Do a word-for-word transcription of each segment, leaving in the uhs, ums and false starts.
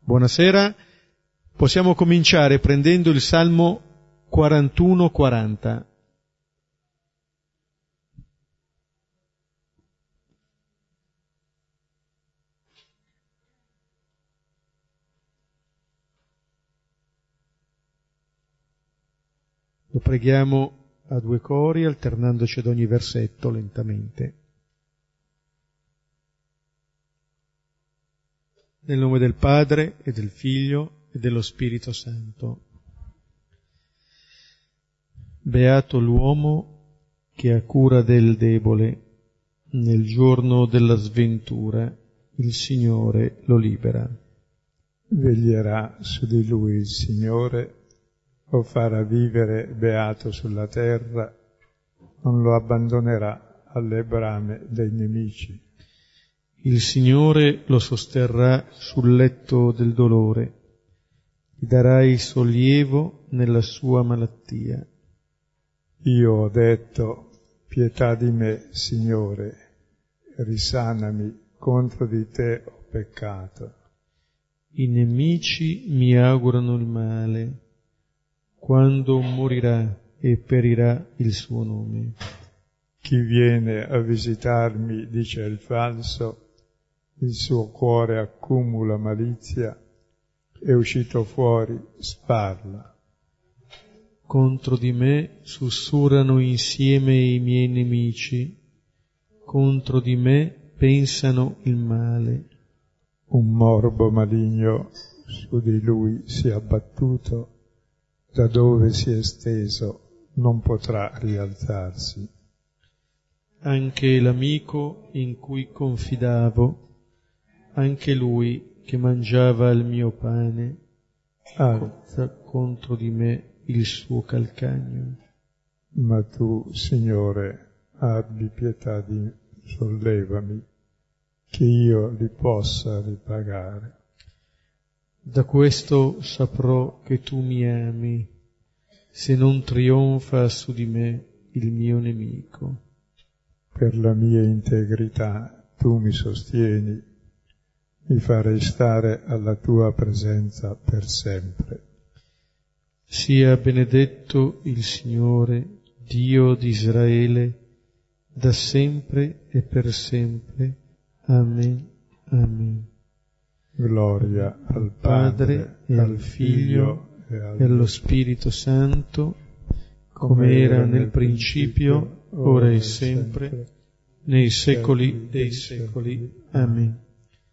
Buonasera. Possiamo cominciare prendendo il Salmo quarantuno quaranta. Lo preghiamo a due cori, alternandoci ad ogni versetto lentamente. Nel nome del Padre e del Figlio e dello Spirito Santo. Beato l'uomo che ha cura del debole, nel giorno della sventura il Signore lo libera. Veglierà su di lui il Signore, lo farà vivere beato sulla terra, non lo abbandonerà alle brame dei nemici. Il Signore lo sosterrà sul letto del dolore, gli darai sollievo nella sua malattia. Io ho detto, pietà di me, Signore, risanami, contro di te ho peccato. I nemici mi augurano il male, quando morirà e perirà il suo nome. Chi viene a visitarmi dice il falso, il suo cuore accumula malizia, è uscito fuori, sparla. Contro di me sussurrano insieme i miei nemici, contro di me pensano il male. Un morbo maligno su di lui si è abbattuto, da dove si è steso non potrà rialzarsi. Anche l'amico in cui confidavo, anche lui che mangiava il mio pane, alza contro di me il suo calcagno. Ma tu, Signore, abbi pietà di me, sollevami, che io li possa ripagare. Da questo saprò che tu mi ami, se non trionfa su di me il mio nemico. Per la mia integrità tu mi sostieni, mi farei stare alla tua presenza per sempre. Sia benedetto il Signore, Dio di Israele, da sempre e per sempre. Amen. Amen. Gloria al Padre e al Figlio e allo Spirito Santo, come era nel principio, ora e sempre, nei secoli dei secoli. Amen.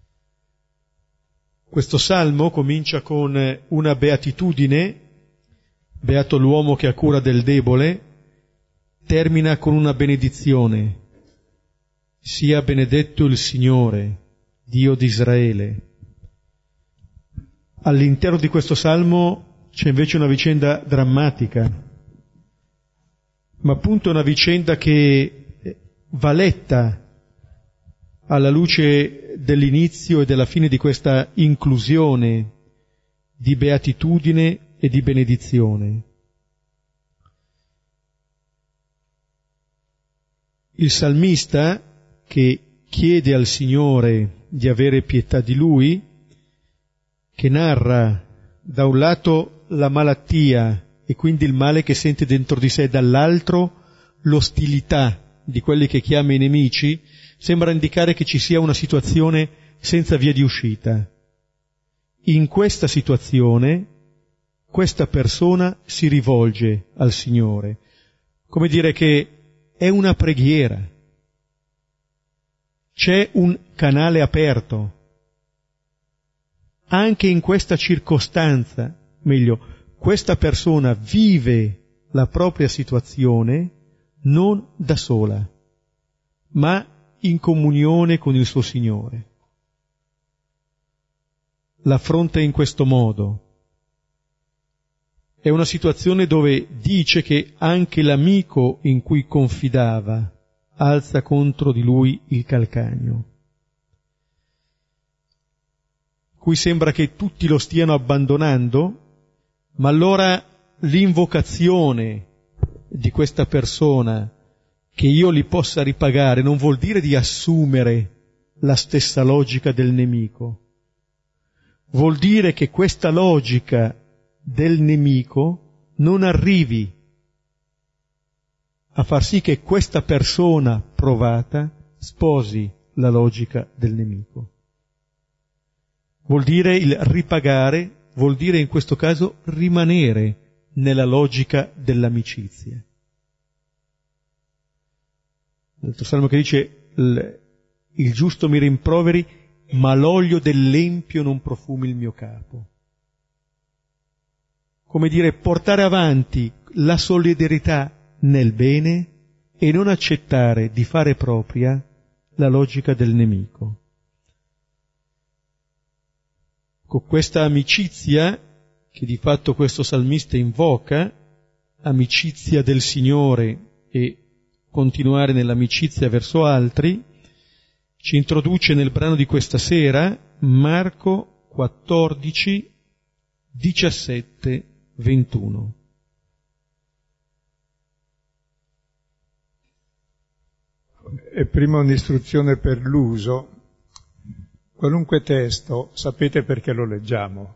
Questo salmo comincia con una beatitudine, beato l'uomo che ha cura del debole, termina con una benedizione. Sia benedetto il Signore, Dio di Israele. All'interno di questo salmo c'è invece una vicenda drammatica, ma appunto una vicenda che va letta alla luce dell'inizio e della fine di questa inclusione di beatitudine e di benedizione. Il salmista, che chiede al Signore di avere pietà di lui, che narra da un lato la malattia e quindi il male che sente dentro di sé, dall'altro l'ostilità di quelli che chiama i nemici, sembra indicare che ci sia una situazione senza via di uscita. In questa situazione, questa persona si rivolge al Signore, come dire che è una preghiera. C'è un canale aperto. Anche in questa circostanza, meglio, questa persona vive la propria situazione non da sola, ma in comunione con il suo Signore. L'affronta in questo modo. È una situazione dove dice che anche l'amico in cui confidava alza contro di lui il calcagno. Qui sembra che tutti lo stiano abbandonando, ma allora l'invocazione di questa persona, che io li possa ripagare, non vuol dire di assumere la stessa logica del nemico, vuol dire che questa logica del nemico non arrivi a far sì che questa persona provata sposi la logica del nemico. Vuol dire il ripagare, vuol dire in questo caso rimanere nella logica dell'amicizia. L'altro salmo che dice il, il giusto mi rimproveri, ma l'olio dell'empio non profumi il mio capo. Come dire, portare avanti la solidarietà nel bene e non accettare di fare propria la logica del nemico. Con questa amicizia che di fatto questo salmista invoca, amicizia del Signore e continuare nell'amicizia verso altri, ci introduce nel brano di questa sera Marco quattordici, diciassette, ventuno. E prima un'istruzione per l'uso. Qualunque testo, sapete perché lo leggiamo?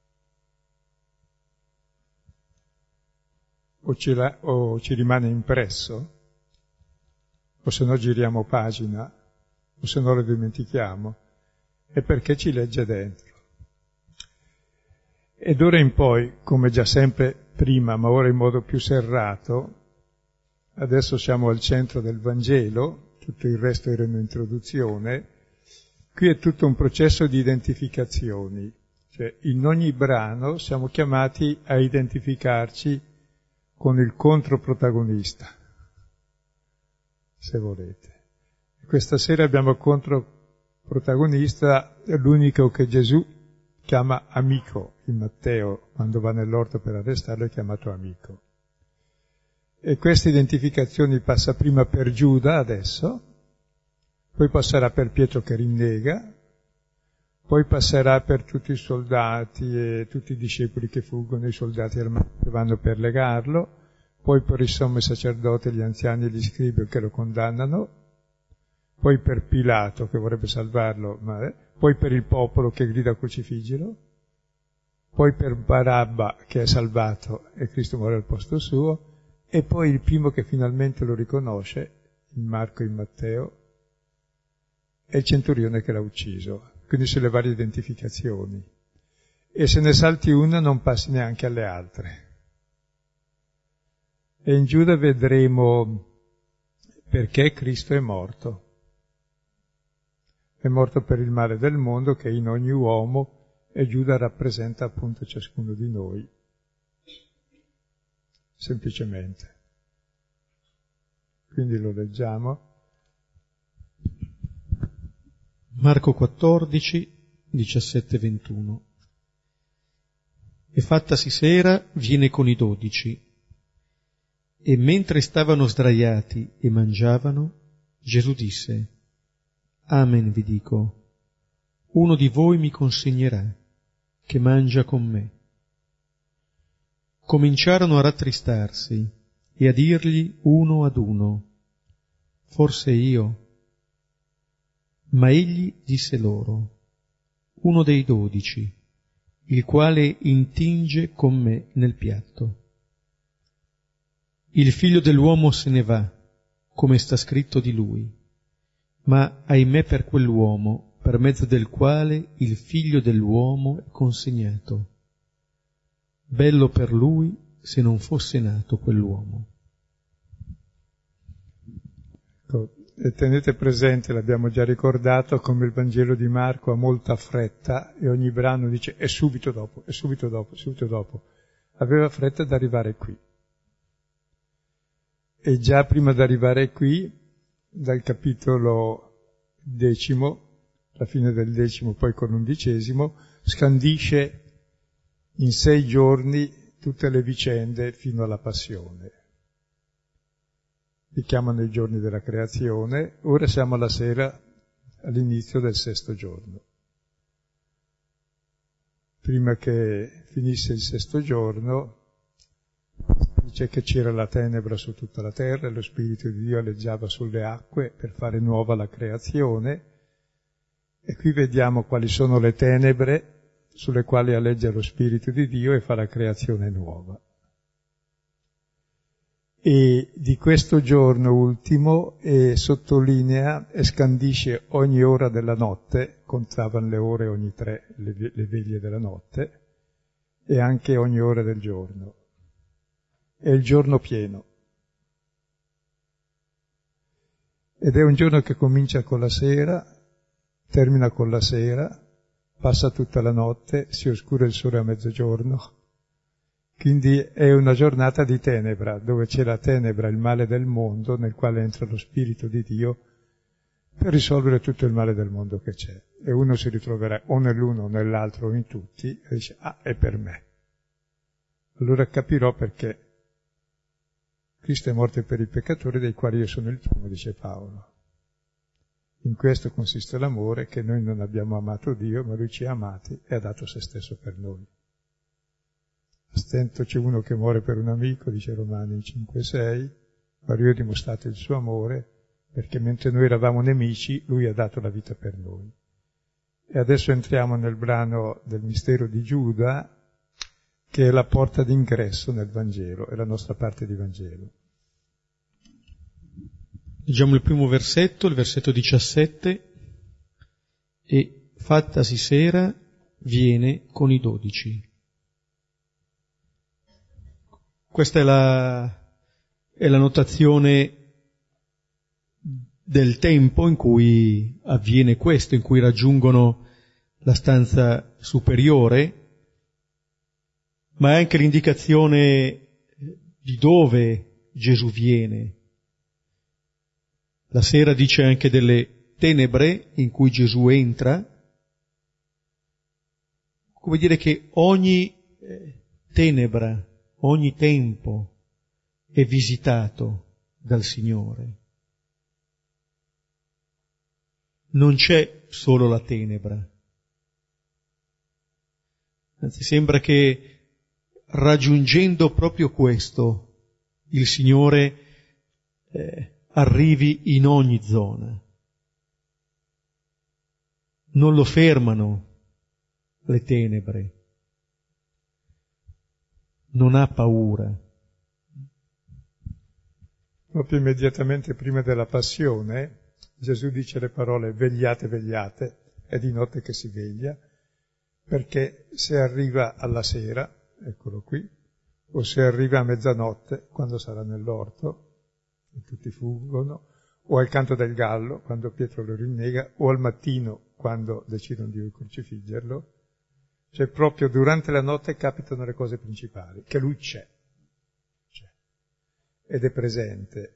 O ci, la, o ci rimane impresso, o se no giriamo pagina, o se no lo dimentichiamo, è perché ci legge dentro. E d'ora in poi, come già sempre prima, ma ora in modo più serrato, adesso siamo al centro del Vangelo, tutto il resto era un'introduzione. Qui è tutto un processo di identificazioni, cioè in ogni brano siamo chiamati a identificarci con il controprotagonista, se volete. Questa sera abbiamo il controprotagonista, l'unico che Gesù chiama amico. In Matteo, quando va nell'orto per arrestarlo, è chiamato amico. E questa identificazione passa prima per Giuda, adesso, poi passerà per Pietro che rinnega, poi passerà per tutti i soldati e tutti i discepoli che fuggono, i soldati armati che vanno per legarlo, poi per il sommo sacerdote, gli anziani e gli scribi che lo condannano, poi per Pilato che vorrebbe salvarlo, ma, eh, poi per il popolo che grida crocifiggilo, poi per Barabba che è salvato e Cristo muore al posto suo, e poi il primo che finalmente lo riconosce, in Marco e in Matteo, è il centurione che l'ha ucciso. Quindi sulle varie identificazioni. E se ne salti una non passi neanche alle altre. E in Giuda vedremo perché Cristo è morto. È morto per il male del mondo che è in ogni uomo, e Giuda rappresenta appunto ciascuno di noi. Semplicemente. Quindi lo leggiamo. Marco quattordici, diciassette, ventuno. E fattasi sera, viene con i dodici. E mentre stavano sdraiati e mangiavano, Gesù disse: Amen vi dico, uno di voi mi consegnerà, che mangia con me. Cominciarono a rattristarsi e a dirgli uno ad uno: Forse io? Ma egli disse loro: uno dei dodici, il quale intinge con me nel piatto. Il figlio dell'uomo se ne va, come sta scritto di lui, ma ahimè per quell'uomo, per mezzo del quale il figlio dell'uomo è consegnato. Bello per lui se non fosse nato quell'uomo. Ecco. E tenete presente, l'abbiamo già ricordato, come il Vangelo di Marco ha molta fretta e ogni brano dice è subito dopo, è subito dopo, è subito dopo. Aveva fretta ad arrivare qui. E già prima di arrivare qui, dal capitolo decimo, la fine del decimo, poi con l'undicesimo, scandisce in sei giorni tutte le vicende fino alla passione. Li chiamano i giorni della creazione, ora siamo alla sera, all'inizio del sesto giorno. Prima che finisse il sesto giorno, dice che c'era la tenebra su tutta la terra e lo Spirito di Dio aleggiava sulle acque per fare nuova la creazione, e qui vediamo quali sono le tenebre sulle quali alleggia lo Spirito di Dio e fa la creazione nuova. E di questo giorno ultimo e sottolinea e scandisce ogni ora della notte, contavano le ore ogni tre, le, le veglie della notte, e anche ogni ora del giorno. È il giorno pieno. Ed è un giorno che comincia con la sera, termina con la sera, passa tutta la notte, si oscura il sole a mezzogiorno. Quindi è una giornata di tenebra, dove c'è la tenebra, il male del mondo, nel quale entra lo Spirito di Dio per risolvere tutto il male del mondo che c'è. E uno si ritroverà o nell'uno o nell'altro o in tutti e dice, ah, è per me. Allora capirò perché Cristo è morto per i peccatori, dei quali io sono il primo, dice Paolo. In questo consiste l'amore, che noi non abbiamo amato Dio, ma Lui ci ha amati e ha dato se stesso per noi. A stento c'è uno che muore per un amico, dice Romani cinque sei, ma Lui ha dimostrato il suo amore, perché mentre noi eravamo nemici, Lui ha dato la vita per noi. E adesso entriamo nel brano del mistero di Giuda, che è la porta d'ingresso nel Vangelo, è la nostra parte di Vangelo. Leggiamo il primo versetto, il versetto diciassette, e fattasi sera viene con i dodici. Questa è la, è la notazione del tempo in cui avviene questo, in cui raggiungono la stanza superiore, ma è anche l'indicazione di dove Gesù viene. La sera dice anche delle tenebre in cui Gesù entra, come dire che ogni tenebra, ogni tempo è visitato dal Signore. Non c'è solo la tenebra. Anzi, sembra che raggiungendo proprio questo, il Signore eh, arrivi in ogni zona. Non lo fermano le tenebre. Non ha paura. Proprio immediatamente prima della passione, Gesù dice le parole vegliate, vegliate, è di notte che si veglia, perché se arriva alla sera, eccolo qui, o se arriva a mezzanotte, quando sarà nell'orto, e tutti fuggono, o al canto del gallo, quando Pietro lo rinnega, o al mattino, quando decidono di crocifiggerlo, cioè proprio durante la notte capitano le cose principali, che lui c'è, c'è ed è presente.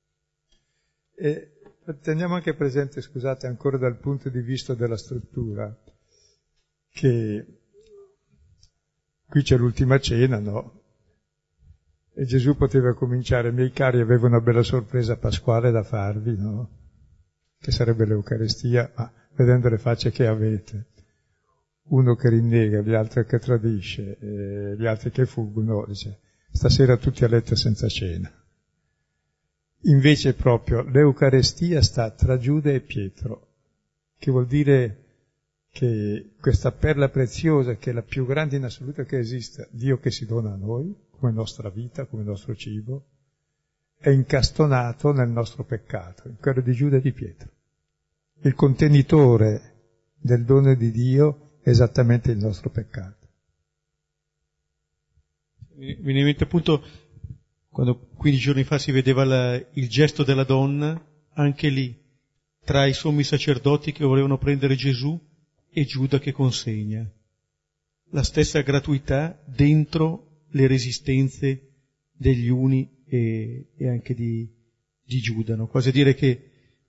E teniamo anche presente, scusate, ancora dal punto di vista della struttura, che qui c'è l'ultima cena, no? E Gesù poteva cominciare, miei cari, avevo una bella sorpresa pasquale da farvi, no? Che sarebbe l'Eucaristia, ma vedendo le facce che avete, uno che rinnega, gli altri che tradisce, e gli altri che fuggono, dice, stasera tutti a letto senza cena. Invece proprio l'Eucaristia sta tra Giuda e Pietro, che vuol dire che questa perla preziosa, che è la più grande in assoluto che esista, Dio che si dona a noi, come nostra vita, come nostro cibo, è incastonato nel nostro peccato, in quello di Giuda e di Pietro. Il contenitore del dono di Dio è esattamente il nostro peccato. Mi viene in mente appunto quando quindici giorni fa si vedeva la, il gesto della donna, anche lì, tra i sommi sacerdoti che volevano prendere Gesù e Giuda che consegna. La stessa gratuità dentro le resistenze degli uni e, e anche di, di Giuda, no? Quasi a dire che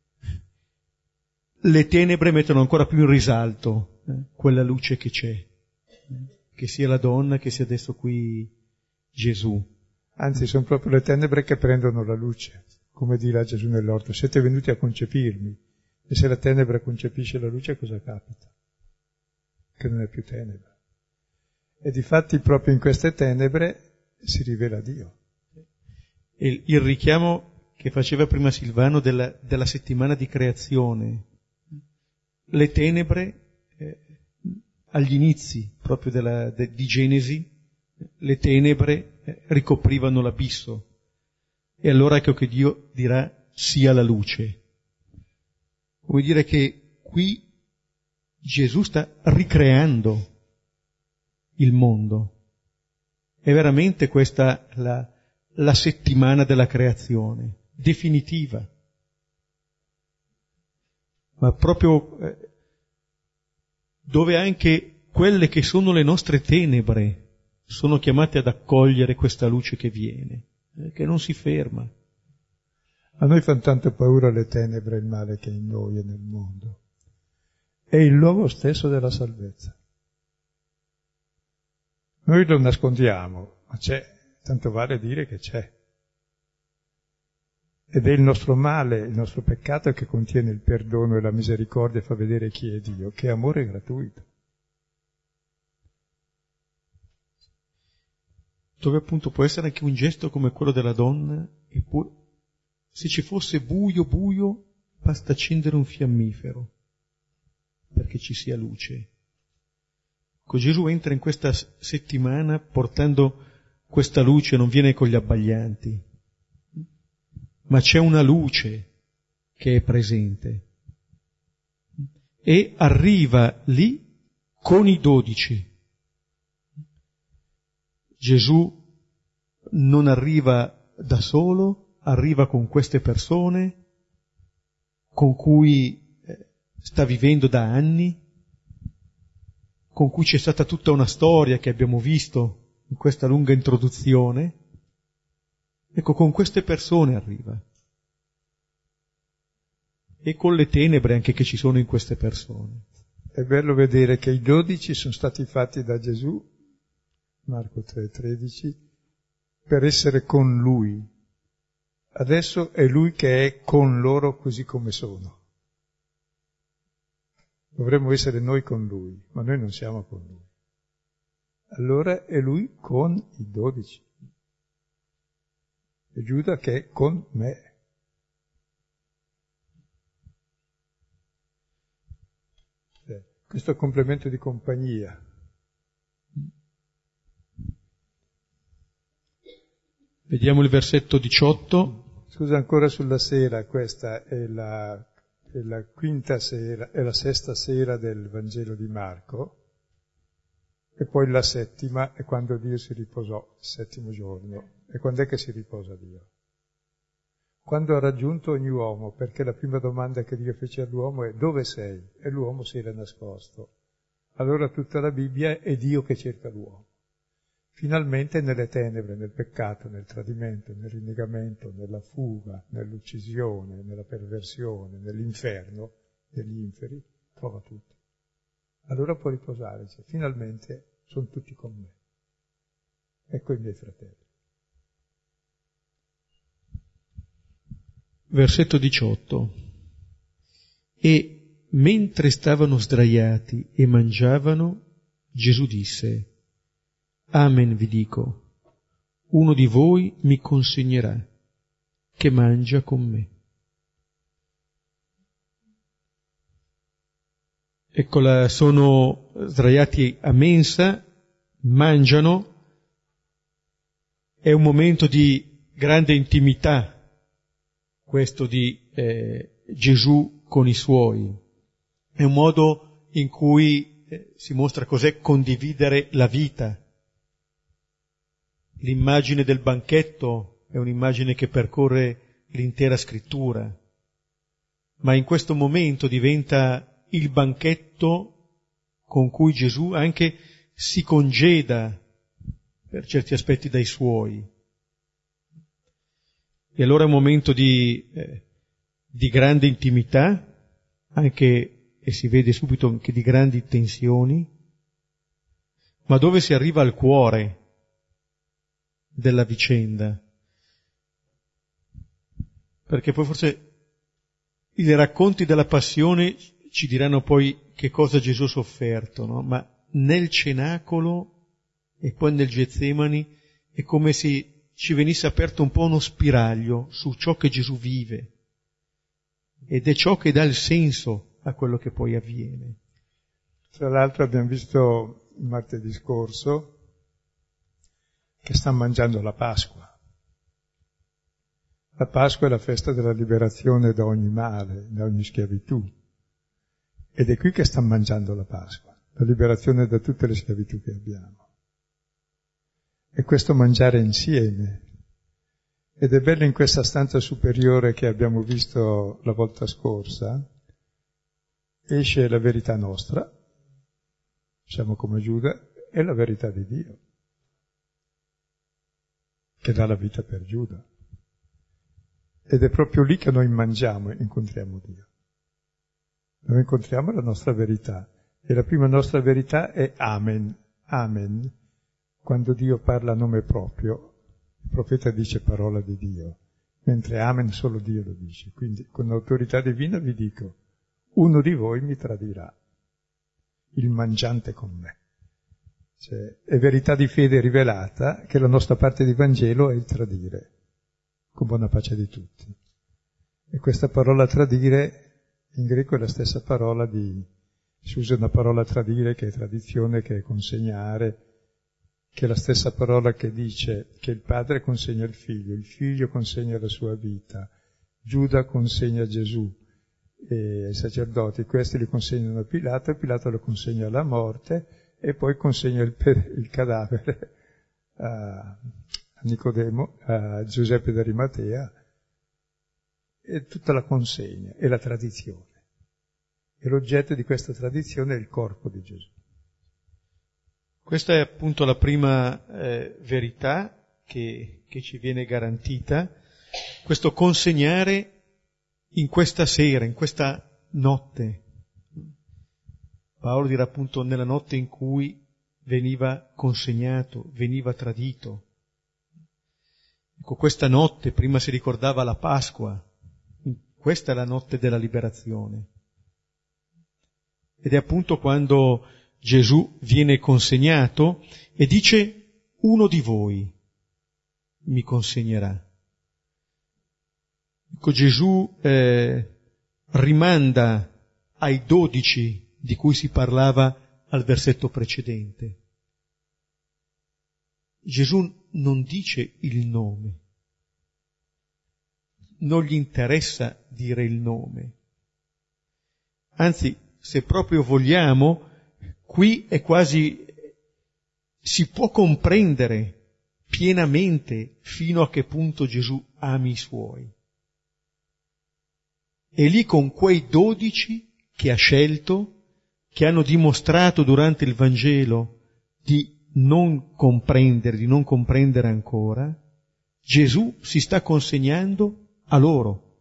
le tenebre mettono ancora più in risalto eh, quella luce che c'è, eh, che sia la donna, che sia adesso qui Gesù. Anzi, sono proprio le tenebre che prendono la luce, come dirà Gesù nell'orto, siete venuti a concepirmi, e se la tenebra concepisce la luce cosa capita? Che non è più tenebra. E difatti proprio in queste tenebre si rivela Dio. E il richiamo che faceva prima Silvano della, della settimana di creazione, le tenebre eh, agli inizi, proprio della, de, di Genesi, le tenebre eh, ricoprivano l'abisso. E allora ecco che Dio dirà sia la luce. Vuol dire che qui Gesù sta ricreando il mondo. È veramente questa la, la settimana della creazione, definitiva. Ma proprio eh, dove anche quelle che sono le nostre tenebre sono chiamate ad accogliere questa luce che viene, eh, che non si ferma. A noi fanno tanto paura le tenebre e il male che è in noi e nel mondo. È il luogo stesso della salvezza. Noi lo nascondiamo, ma c'è, tanto vale dire che c'è. Ed è il nostro male, il nostro peccato che contiene il perdono e la misericordia e fa vedere chi è Dio, che è amore gratuito. Dove appunto può essere anche un gesto come quello della donna, eppure se ci fosse buio buio basta accendere un fiammifero perché ci sia luce. Ecco, Gesù entra in questa settimana portando questa luce, non viene con gli abbaglianti, ma c'è una luce che è presente e arriva lì con i dodici. Gesù non arriva da solo, arriva con queste persone con cui sta vivendo da anni, con cui c'è stata tutta una storia che abbiamo visto in questa lunga introduzione. Ecco, con queste persone arriva. E con le tenebre anche che ci sono in queste persone. È bello vedere che i dodici sono stati fatti da Gesù, Marco tre tredici, per essere con Lui. Adesso è Lui che è con loro così come sono. Dovremmo essere noi con Lui, ma noi non siamo con Lui. Allora è Lui con i dodici. E Giuda che è con me. Eh, questo è il complemento di compagnia. Vediamo il versetto diciotto. Scusa, ancora sulla sera, questa è la, è la quinta sera, è la sesta sera del Vangelo di Marco, e poi la settima è quando Dio si riposò, il settimo giorno. E quando è che si riposa Dio? Quando ha raggiunto ogni uomo, perché la prima domanda che Dio fece all'uomo è: dove sei? E l'uomo si era nascosto. Allora tutta la Bibbia è Dio che cerca l'uomo. Finalmente nelle tenebre, nel peccato, nel tradimento, nel rinnegamento, nella fuga, nell'uccisione, nella perversione, nell'inferno, negli inferi, trova tutto. Allora può riposare, dice, finalmente sono tutti con me. Ecco i miei fratelli. Versetto diciotto. E mentre stavano sdraiati e mangiavano, Gesù disse: Amen vi dico, uno di voi mi consegnerà, che mangia con me. Eccola, sono sdraiati a mensa, mangiano, è un momento di grande intimità, questo di eh, Gesù con i suoi. È un modo in cui eh, si mostra cos'è condividere la vita. L'immagine del banchetto è un'immagine che percorre l'intera scrittura, ma in questo momento diventa il banchetto con cui Gesù anche si congeda per certi aspetti dai suoi. E allora è un momento di, eh, di grande intimità, anche, e si vede subito anche di grandi tensioni, ma dove si arriva al cuore della vicenda. Perché poi forse i racconti della passione ci diranno poi che cosa Gesù ha sofferto, no? Ma nel cenacolo e poi nel Getsemani è come se ci venisse aperto un po' uno spiraglio su ciò che Gesù vive, ed è ciò che dà il senso a quello che poi avviene. Tra l'altro abbiamo visto il martedì scorso, che sta mangiando la Pasqua. La Pasqua è la festa della liberazione da ogni male, da ogni schiavitù. Ed è qui che sta mangiando la Pasqua, la liberazione da tutte le schiavitù che abbiamo. E questo mangiare insieme. Ed è bello in questa stanza superiore che abbiamo visto la volta scorsa, esce la verità nostra, siamo come Giuda, e la verità di Dio, che dà la vita per Giuda. Ed è proprio lì che noi mangiamo e incontriamo Dio. Noi incontriamo la nostra verità, e la prima nostra verità è Amen, Amen, quando Dio parla a nome proprio. Il profeta dice parola di Dio, mentre Amen solo Dio lo dice. Quindi con l'autorità divina vi dico, uno di voi mi tradirà, il mangiante con me. Cioè, è verità di fede rivelata che la nostra parte di Vangelo è il tradire, con buona pace di tutti. E questa parola tradire in greco è la stessa parola di, si usa una parola tradire che è tradizione, che è consegnare, che è la stessa parola che dice che il padre consegna il figlio, il figlio consegna la sua vita, Giuda consegna Gesù e i sacerdoti, questi li consegnano a Pilato e Pilato lo consegna alla morte e poi consegna il, il cadavere a, a Nicodemo, a Giuseppe d'Arimatea, e tutta la consegna e la tradizione. E l'oggetto di questa tradizione è il corpo di Gesù. Questa è appunto la prima eh, verità che, che ci viene garantita, questo consegnare in questa sera, in questa notte. Paolo dirà appunto nella notte in cui veniva consegnato, veniva tradito. Ecco, questa notte, prima si ricordava la Pasqua, questa è la notte della liberazione. Ed è appunto quando Gesù viene consegnato e dice uno di voi mi consegnerà. Ecco, Gesù eh, rimanda ai dodici di cui si parlava al versetto precedente. Gesù non dice il nome, non gli interessa dire il nome. Anzi, se proprio vogliamo, qui è quasi, si può comprendere pienamente fino a che punto Gesù ami i suoi. E lì con quei dodici che ha scelto, che hanno dimostrato durante il Vangelo di non comprendere, di non comprendere ancora, Gesù si sta consegnando a loro,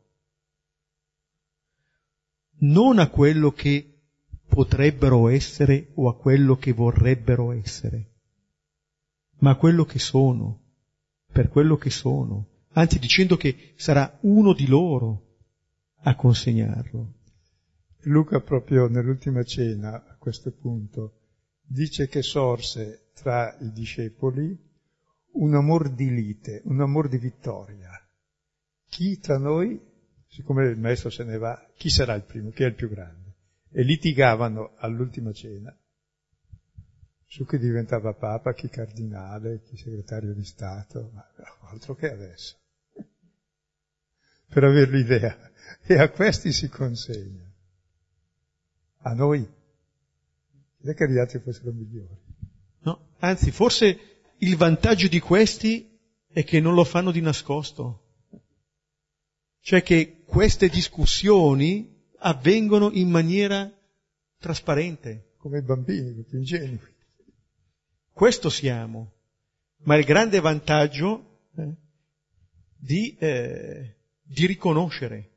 non a quello che potrebbero essere o a quello che vorrebbero essere, ma a quello che sono, per quello che sono, anzi dicendo che sarà uno di loro a consegnarlo. Luca proprio nell'ultima cena, a questo punto, dice che sorse tra i discepoli un amor di lite, un amor di vittoria. Chi tra noi, siccome il maestro se ne va, chi sarà il primo, chi è il più grande? E litigavano all'ultima cena su chi diventava papa, chi cardinale, chi segretario di Stato, ma altro che adesso, per avere l'idea. E a questi si consegna. A noi. Non è che gli altri fossero migliori. No, anzi, forse il vantaggio di questi è che non lo fanno di nascosto. Cioè che queste discussioni avvengono in maniera trasparente. Come i bambini, più ingenui. Questo siamo. Ma il grande vantaggio eh, di, eh, di riconoscere.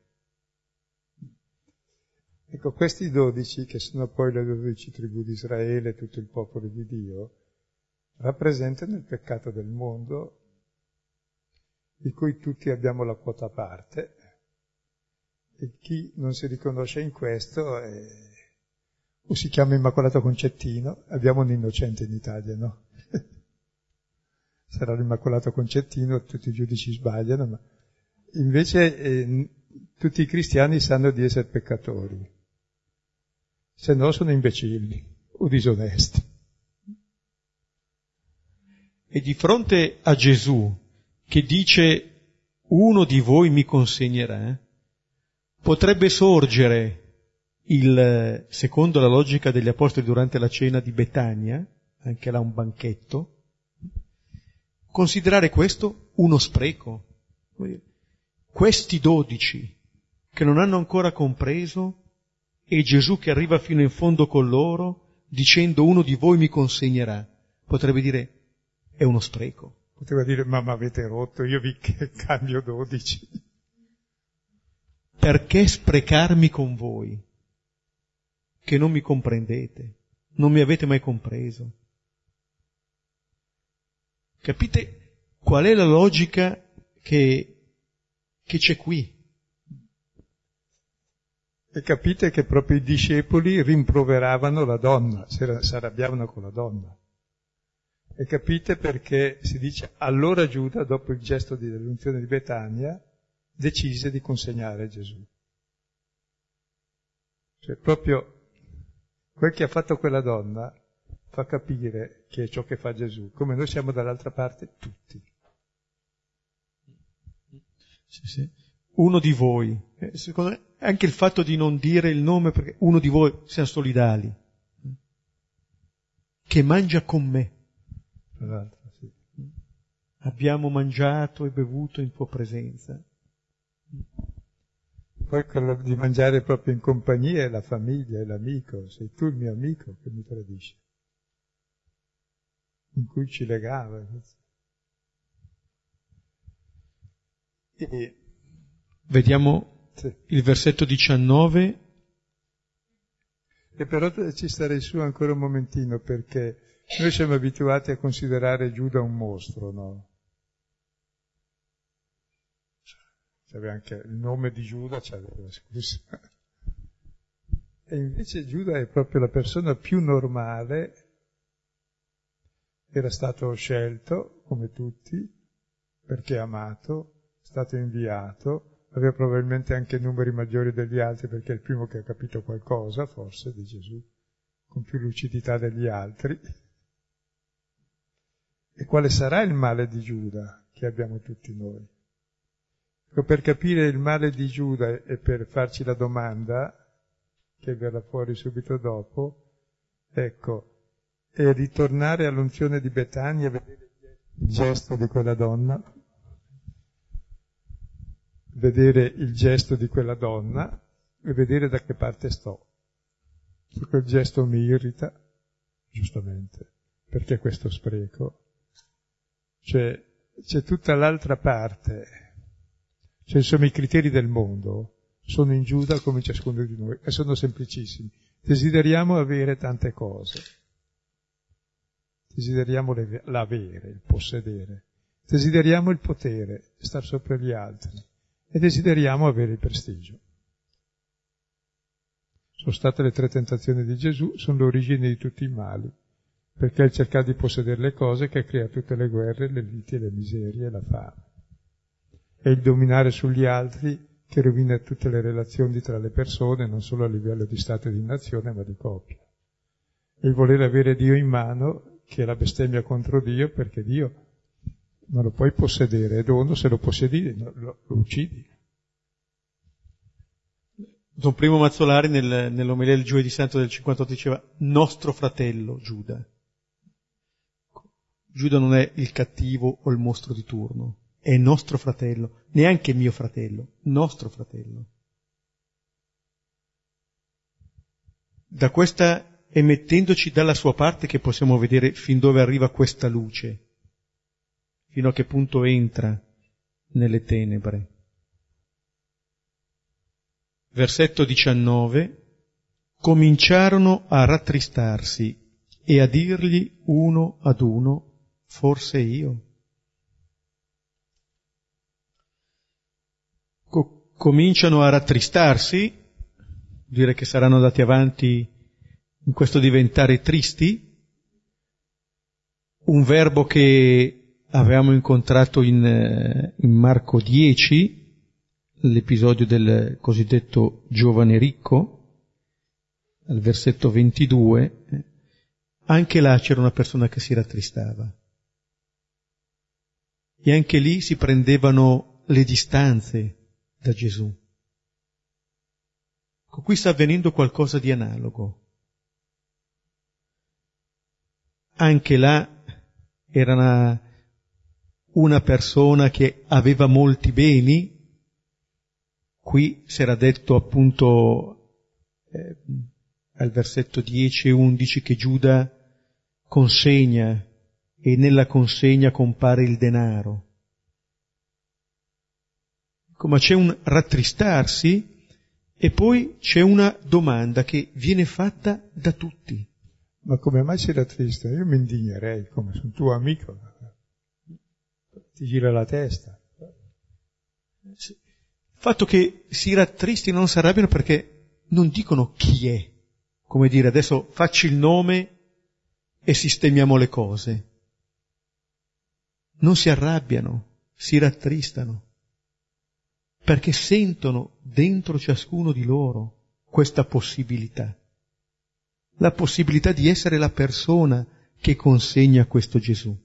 Ecco, questi dodici, che sono poi le dodici tribù di Israele, tutto il popolo di Dio, rappresentano il peccato del mondo, di cui tutti abbiamo la quota a parte, e chi non si riconosce in questo è... o si chiama Immacolato Concettino, abbiamo un innocente in Italia, no? Sarà l'Immacolato Concettino, tutti i giudici sbagliano, ma invece eh, tutti i cristiani sanno di essere peccatori, se no sono imbecilli o disonesti. E di fronte a Gesù, che dice uno di voi mi consegnerà, potrebbe sorgere il, secondo la logica degli apostoli durante la cena di Betania, anche là un banchetto, considerare questo uno spreco. Questi dodici che non hanno ancora compreso e Gesù che arriva fino in fondo con loro dicendo uno di voi mi consegnerà, potrebbe dire è uno spreco. Poteva dire ma mi avete rotto, io vi cambio dodici. Perché sprecarmi con voi che non mi comprendete, non mi avete mai compreso? Capite qual è la logica che, che c'è qui? E capite che proprio i discepoli rimproveravano la donna, si arrabbiavano con la donna. E capite perché si dice allora Giuda, dopo il gesto di dell'unzione di Betania, decise di consegnare Gesù. Cioè proprio quel che ha fatto quella donna fa capire che è ciò che fa Gesù, come noi siamo dall'altra parte tutti. Sì, sì. Uno di voi, eh, secondo me anche il fatto di non dire il nome, perché uno di voi siamo solidali, che mangia con me. Tra l'altro, sì. Abbiamo mangiato e bevuto in tua presenza. Poi quello di mangiare proprio in compagnia è la famiglia, è l'amico, sei tu il mio amico che mi tradisci, in cui ci legava. E vediamo sì. Il versetto diciannove. E però ci starei su ancora un momentino, perché noi siamo abituati a considerare Giuda un mostro, no? C'aveva anche il nome di Giuda, c'aveva, scusa. E invece Giuda è proprio la persona più normale, era stato scelto, come tutti, perché è amato, è stato inviato, aveva probabilmente anche numeri maggiori degli altri, perché è il primo che ha capito qualcosa, forse, di Gesù, con più lucidità degli altri. E quale sarà il male di Giuda che abbiamo tutti noi? Ecco, per capire il male di Giuda e per farci la domanda, che verrà fuori subito dopo, ecco, è ritornare all'unzione di Betania e vedere il gesto di quella donna, vedere il gesto di quella donna e vedere da che parte sto. Se quel gesto mi irrita, giustamente, perché questo spreco? Cioè, c'è tutta l'altra parte. Cioè, insomma, i criteri del mondo sono in Giuda come in ciascuno di noi, e sono semplicissimi. Desideriamo avere tante cose. Desideriamo l'avere, il possedere. Desideriamo il potere, star sopra gli altri. E desideriamo avere il prestigio. Sono state le tre tentazioni di Gesù, sono l'origine di tutti i mali, perché è il cercare di possedere le cose che crea tutte le guerre, le liti, le miserie e la fame. È il dominare sugli altri che rovina tutte le relazioni tra le persone, non solo a livello di Stato e di nazione, ma di coppia. È il voler avere Dio in mano, che è la bestemmia contro Dio, perché Dio non lo puoi possedere, è dono, se lo possiedi lo, lo, lo uccidi. Don Primo Mazzolari nel, nell'omelia del Giovedì Santo del cinquantotto diceva nostro fratello Giuda. Giuda non è il cattivo o il mostro di turno, è nostro fratello, neanche mio fratello, nostro fratello. Da questa, è mettendoci dalla sua parte che possiamo vedere fin dove arriva questa luce, fino a che punto entra nelle tenebre. Versetto diciannove, cominciarono a rattristarsi e a dirgli uno ad uno, forse io. Co- cominciano a rattristarsi, dire che saranno andati avanti in questo diventare tristi, un verbo che avevamo incontrato in, in Marco dieci, l'episodio del cosiddetto giovane ricco, al versetto ventidue, anche là c'era una persona che si rattristava. e anche lì si prendevano le distanze da Gesù. Qui sta avvenendo qualcosa di analogo. Anche là era una, una persona che aveva molti beni. Qui si era detto appunto eh, al versetto dieci e undici che Giuda consegna e nella consegna compare il denaro. Ecco, ma c'è un rattristarsi e poi c'è una domanda che viene fatta da tutti. Ma come mai si rattrista? Io mi indignerei, come sono tuo amico. Ti gira la testa. Sì. Il fatto che si rattristino, non si arrabbiano perché non dicono chi è. Come dire, adesso facci il nome e sistemiamo le cose. Non si arrabbiano, si rattristano, perché sentono dentro ciascuno di loro questa possibilità. La possibilità di essere la persona che consegna questo Gesù.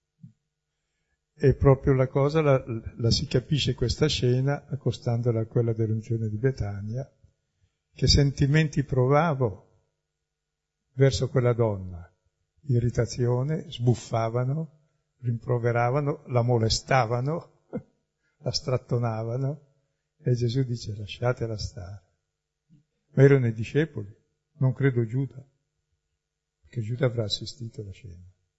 E proprio la cosa la, la si capisce questa scena accostandola a quella dell'unzione di Betania, che sentimenti provavo verso quella donna, irritazione, sbuffavano, rimproveravano, la molestavano, la strattonavano, e Gesù dice lasciatela stare. Ma erano i discepoli, non credo Giuda, perché Giuda avrà assistito alla scena.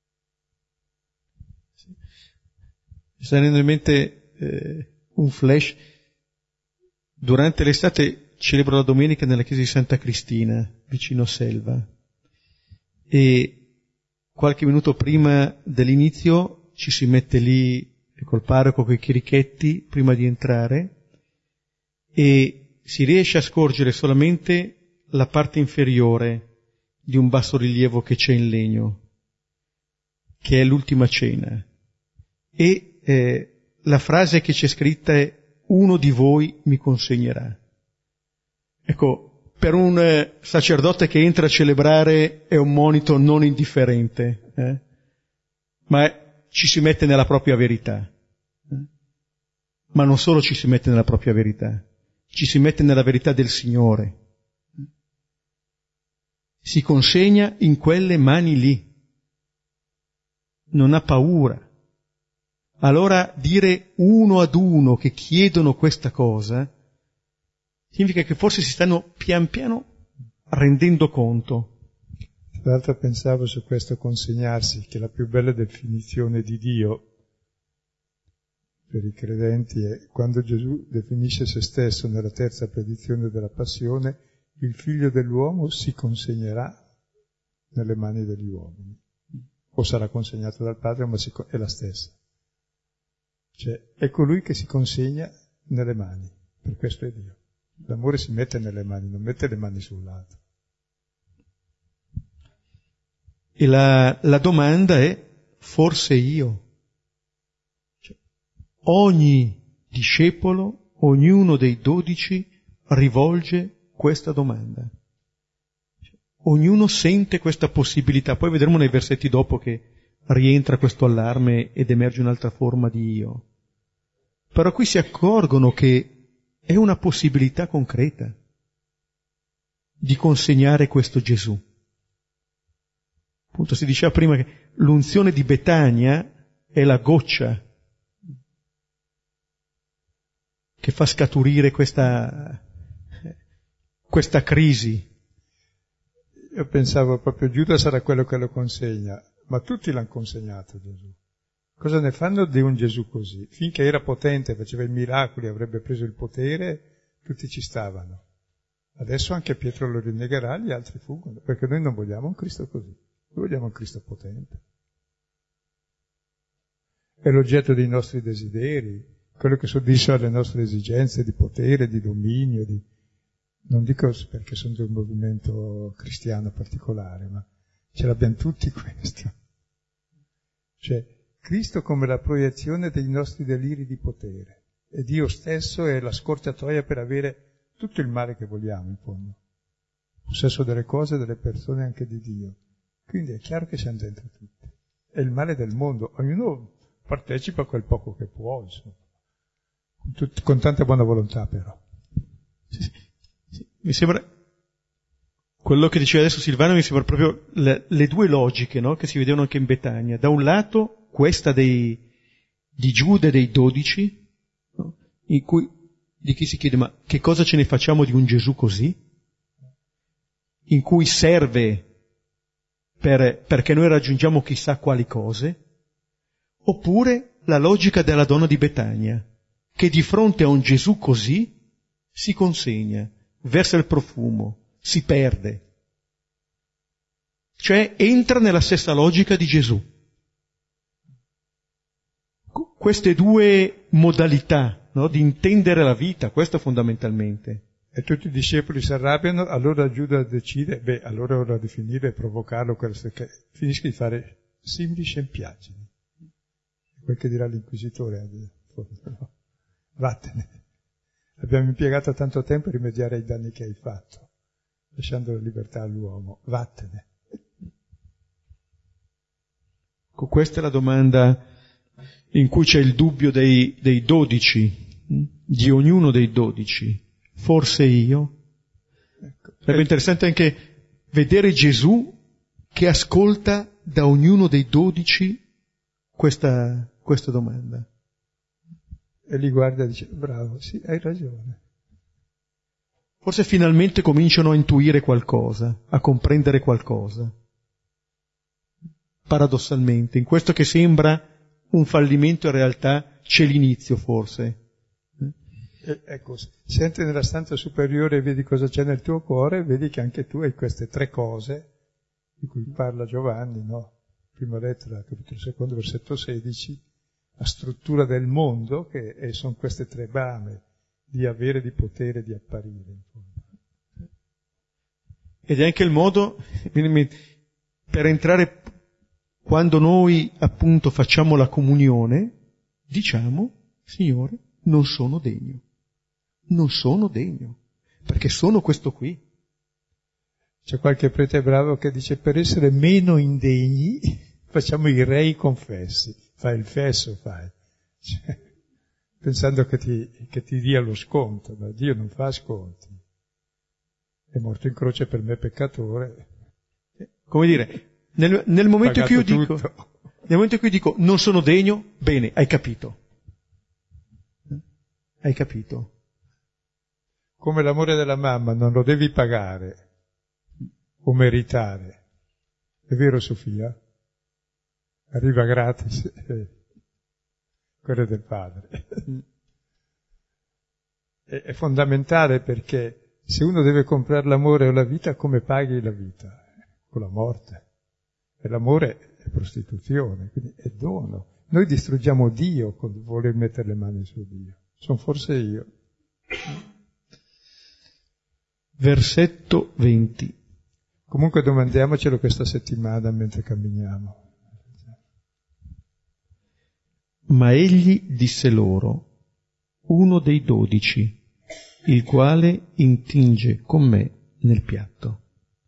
Sì. Mi sta venendo in mente eh, un flash. Durante l'estate celebro la domenica nella chiesa di Santa Cristina, vicino a Selva, e qualche minuto prima dell'inizio ci si mette lì col parroco con i chierichetti prima di entrare e si riesce a scorgere solamente la parte inferiore di un bassorilievo che c'è in legno, che è l'ultima cena, e eh, la frase che c'è scritta è uno di voi mi consegnerà. Ecco, per un eh, sacerdote che entra a celebrare è un monito non indifferente, eh? ma ci si mette nella propria verità. Eh? Ma non solo ci si mette nella propria verità, ci si mette nella verità del Signore. Si consegna in quelle mani lì, non ha paura. Allora dire uno ad uno che chiedono questa cosa significa che forse si stanno pian piano rendendo conto. Tra l'altro pensavo su questo consegnarsi, che la più bella definizione di Dio per i credenti è quando Gesù definisce se stesso nella terza predizione della Passione: il figlio dell'uomo si consegnerà nelle mani degli uomini, o sarà consegnato dal Padre, ma è la stessa. Cioè, è colui che si consegna nelle mani, per questo è Dio. L'amore si mette nelle mani, non mette le mani sul lato. E la, la domanda è, forse io? Cioè, ogni discepolo, ognuno dei dodici rivolge questa domanda. Cioè, ognuno sente questa possibilità. Poi vedremo nei versetti dopo che rientra questo allarme ed emerge un'altra forma di io. Però qui si accorgono che è una possibilità concreta di consegnare questo Gesù. Appunto si diceva prima che l'unzione di Betania è la goccia che fa scaturire questa, questa crisi. Io pensavo proprio Giuda sarà quello che lo consegna, ma tutti l'hanno consegnato Gesù. Cosa ne fanno di un Gesù così? Finché era potente, faceva i miracoli, avrebbe preso il potere, tutti ci stavano. Adesso anche Pietro lo rinnegherà, gli altri fuggono, perché noi non vogliamo un Cristo così, noi vogliamo un Cristo potente. È l'oggetto dei nostri desideri, quello che soddisfa le nostre esigenze di potere, di dominio, di... non dico perché sono di un movimento cristiano particolare, ma ce l'abbiamo tutti questo. Cioè, Cristo come la proiezione dei nostri deliri di potere, e Dio stesso è la scorciatoia per avere tutto il male che vogliamo, in fondo. Possesso delle cose, delle persone, anche di Dio. Quindi è chiaro che siamo dentro tutti. È il male del mondo. Ognuno partecipa quel poco che può, insomma. Con, tut- con tanta buona volontà però. Sì, sì, sì. Mi sembra, quello che diceva adesso Silvano, mi sembra proprio le, le due logiche, no? Che si vedevano anche in Betania. Da un lato questa dei, di Giuda e dei dodici, no? In cui, di chi si chiede, ma che cosa ce ne facciamo di un Gesù così? In cui serve per, perché noi raggiungiamo chissà quali cose, oppure la logica della donna di Betania, che di fronte a un Gesù così si consegna, versa il profumo, si perde. Cioè entra nella stessa logica di Gesù. Queste due modalità, no, di intendere la vita, questo fondamentalmente. E tutti i discepoli si arrabbiano, allora Giuda decide, beh, allora è ora di finire e provocarlo, che finisca di fare simili scempiaggini. Quel che dirà l'inquisitore, no? Vattene. Abbiamo impiegato tanto tempo a rimediare ai danni che hai fatto, lasciando la libertà all'uomo. Vattene. Questa è la domanda in cui c'è il dubbio dei, dei dodici, di ognuno dei dodici. Forse io? Ecco. Sarebbe interessante anche vedere Gesù che ascolta da ognuno dei dodici questa, questa domanda. E li guarda e dice, bravo, sì, hai ragione. Forse finalmente cominciano a intuire qualcosa, a comprendere qualcosa. Paradossalmente, in questo che sembra un fallimento in realtà c'è l'inizio forse. E, ecco, se entri nella stanza superiore e vedi cosa c'è nel tuo cuore, vedi che anche tu hai queste tre cose di cui parla Giovanni, no? Prima lettera, capitolo secondo, versetto sedici, la struttura del mondo, che e sono queste tre bame di avere, di potere, di apparire. Ed è anche il modo per entrare, quando noi appunto facciamo la comunione, diciamo, Signore, non sono degno, non sono degno, perché sono questo qui. C'è qualche prete bravo che dice, per essere meno indegni facciamo i rei confessi. Fai il fesso, fai, cioè, pensando che ti, che ti dia lo sconto, ma Dio non fa sconti. È morto in croce per me peccatore. Come dire, nel, nel momento in cui io dico, nel momento in cui dico non sono degno, bene, hai capito. Hai capito. Come l'amore della mamma non lo devi pagare o meritare. È vero, Sofia? Arriva gratis, eh, quello del padre. è, è fondamentale, perché se uno deve comprare l'amore o la vita, come paghi la vita? Con la morte. E l'amore è prostituzione, quindi è dono. Noi distruggiamo Dio con voler mettere le mani su Dio. Sono forse io. Versetto venti. Comunque domandiamocelo questa settimana mentre camminiamo. Ma egli disse loro, uno dei dodici, il quale intinge con me nel piatto.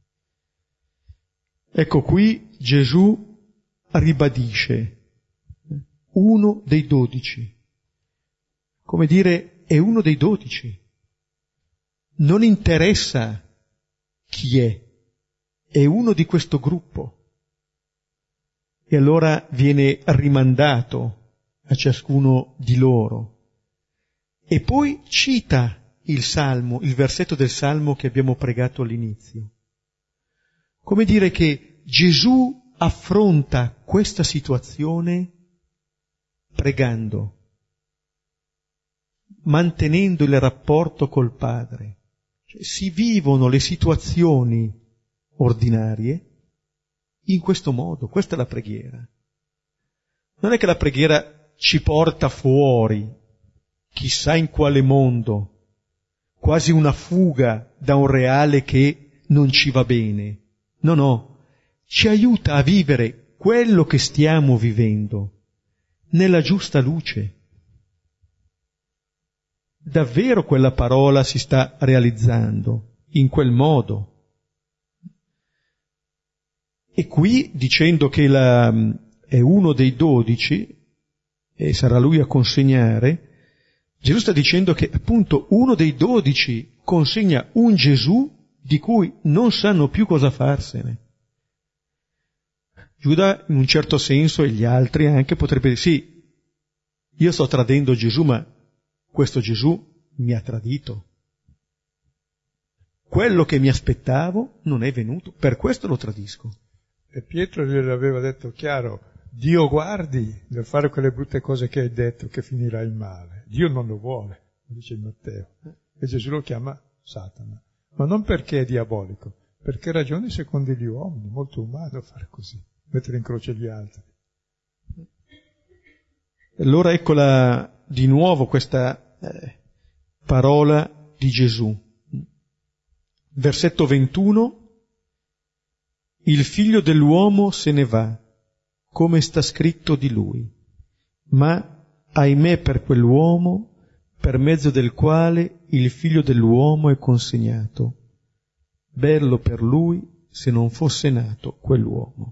Ecco qui Gesù ribadisce, uno dei dodici. Come dire, è uno dei dodici. Non interessa chi è, è uno di questo gruppo. E allora viene rimandato a ciascuno di loro. E poi cita il Salmo, il versetto del Salmo che abbiamo pregato all'inizio. Come dire che Gesù affronta questa situazione pregando, mantenendo il rapporto col Padre. Cioè, si vivono le situazioni ordinarie in questo modo, questa è la preghiera. Non è che la preghiera ci porta fuori, chissà in quale mondo, quasi una fuga da un reale che non ci va bene. No, no, ci aiuta a vivere quello che stiamo vivendo nella giusta luce. Davvero quella parola si sta realizzando in quel modo. E qui, dicendo che la, è uno dei dodici, e sarà lui a consegnare, Gesù sta dicendo che appunto uno dei dodici consegna un Gesù di cui non sanno più cosa farsene. Giuda in un certo senso e gli altri anche potrebbero dire sì, io sto tradendo Gesù, ma questo Gesù mi ha tradito. Quello che mi aspettavo non è venuto, per questo lo tradisco. E Pietro gliel'aveva detto chiaro, Dio guardi nel fare quelle brutte cose che hai detto che finirai male. Dio non lo vuole, dice Matteo. E Gesù lo chiama Satana. Ma non perché è diabolico, perché ragioni secondo gli uomini, molto umano fare così, mettere in croce gli altri. Allora eccola di nuovo questa eh, parola di Gesù. Versetto ventuno, il figlio dell'uomo se ne va, come sta scritto di lui, ma ahimè per quell'uomo, per mezzo del quale il figlio dell'uomo è consegnato. Bello per lui se non fosse nato quell'uomo.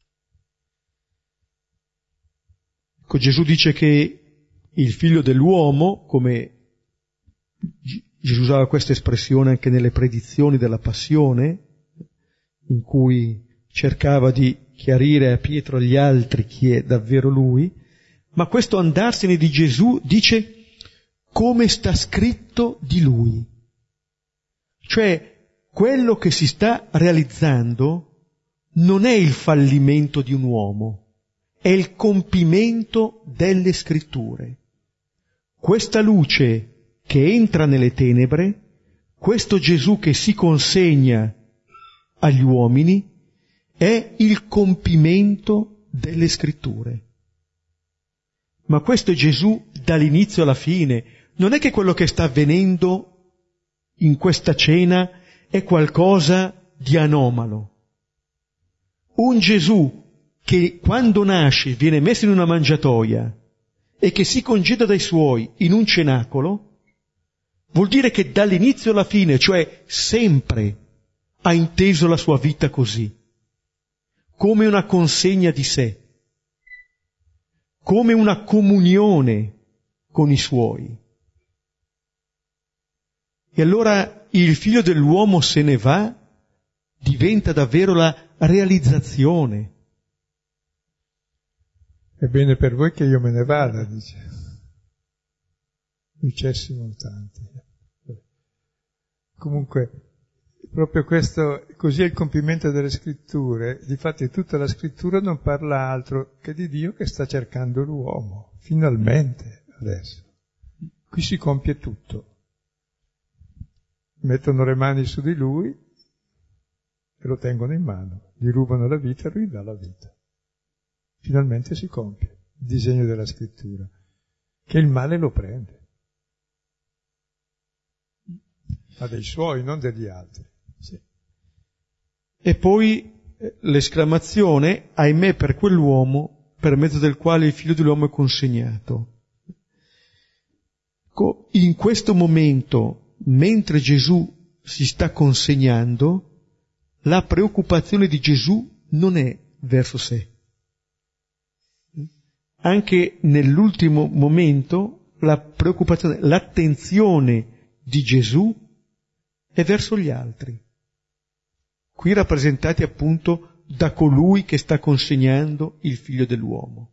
Ecco, Gesù dice che il figlio dell'uomo, come Gesù usava questa espressione anche nelle predizioni della passione, in cui cercava di chiarire a Pietro e agli altri chi è davvero lui, ma questo andarsene di Gesù dice come sta scritto di lui. Cioè, quello che si sta realizzando non è il fallimento di un uomo, è il compimento delle scritture. Questa luce che entra nelle tenebre, questo Gesù che si consegna agli uomini, è il compimento delle scritture. Ma questo è Gesù dall'inizio alla fine. Non è che quello che sta avvenendo in questa cena è qualcosa di anomalo. Un Gesù che quando nasce viene messo in una mangiatoia e che si congeda dai suoi in un cenacolo, vuol dire che dall'inizio alla fine, cioè sempre, ha inteso la sua vita così, come una consegna di sé, come una comunione con i suoi. E allora il figlio dell'uomo se ne va, diventa davvero la realizzazione. È bene per voi che io me ne vada, dice. Dicessimo tanti. Comunque, proprio questo, così è il compimento delle scritture. Difatti tutta la scrittura non parla altro che di Dio che sta cercando l'uomo, finalmente, adesso. Qui si compie tutto. Mettono le mani su di lui e lo tengono in mano, gli rubano la vita e lui dà la vita. Finalmente si compie il disegno della scrittura, che il male lo prende. Ma dei suoi, non degli altri. Sì. E poi l'esclamazione, ahimè per quell'uomo, per mezzo del quale il figlio dell'uomo è consegnato. In questo momento, mentre Gesù si sta consegnando, la preoccupazione di Gesù non è verso sé. Anche nell'ultimo momento, la preoccupazione, l'attenzione di Gesù è verso gli altri, qui rappresentati appunto da colui che sta consegnando il figlio dell'uomo,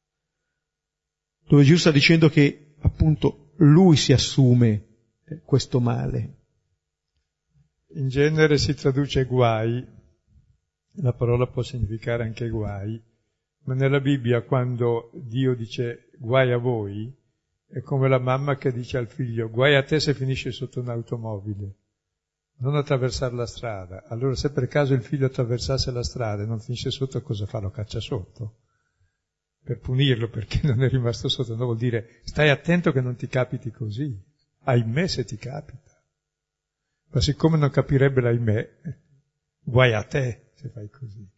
dove Gesù sta dicendo che appunto lui si assume questo male. In genere si traduce guai, la parola può significare anche guai, ma nella Bibbia quando Dio dice guai a voi, è come la mamma che dice al figlio guai a te se finisci sotto un'automobile. Non attraversare la strada. Allora se per caso il figlio attraversasse la strada e non finisce sotto, cosa fa? Lo caccia sotto per punirlo perché non è rimasto sotto. No, vuol dire stai attento che non ti capiti così, ahimè se ti capita. Ma siccome non capirebbe l'ahimè, guai a te se fai così.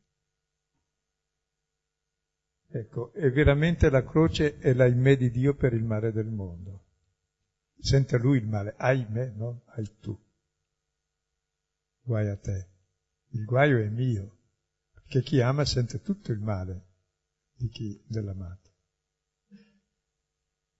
Ecco, e veramente la croce è l'ahimè di Dio per il male del mondo. Sente lui il male, ahimè, no? Hai tu. Guai a te. Il guaio è mio, perché chi ama sente tutto il male di chi dell'amato.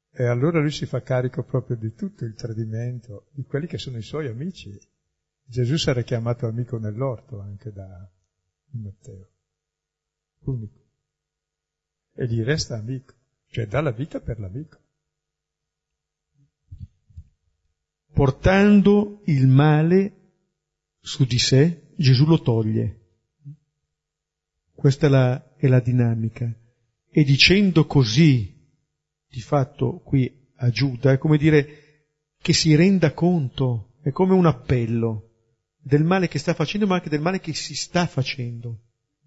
E allora lui si fa carico proprio di tutto il tradimento, di quelli che sono i suoi amici. Gesù sarà chiamato amico nell'orto anche da Matteo, unico. E gli resta amico, cioè dà la vita per l'amico. Portando il male su di sé, Gesù lo toglie. Questa è la, è la dinamica. E dicendo così, di fatto qui a Giuda, è come dire che si renda conto, è come un appello del male che sta facendo, ma anche del male che si sta facendo.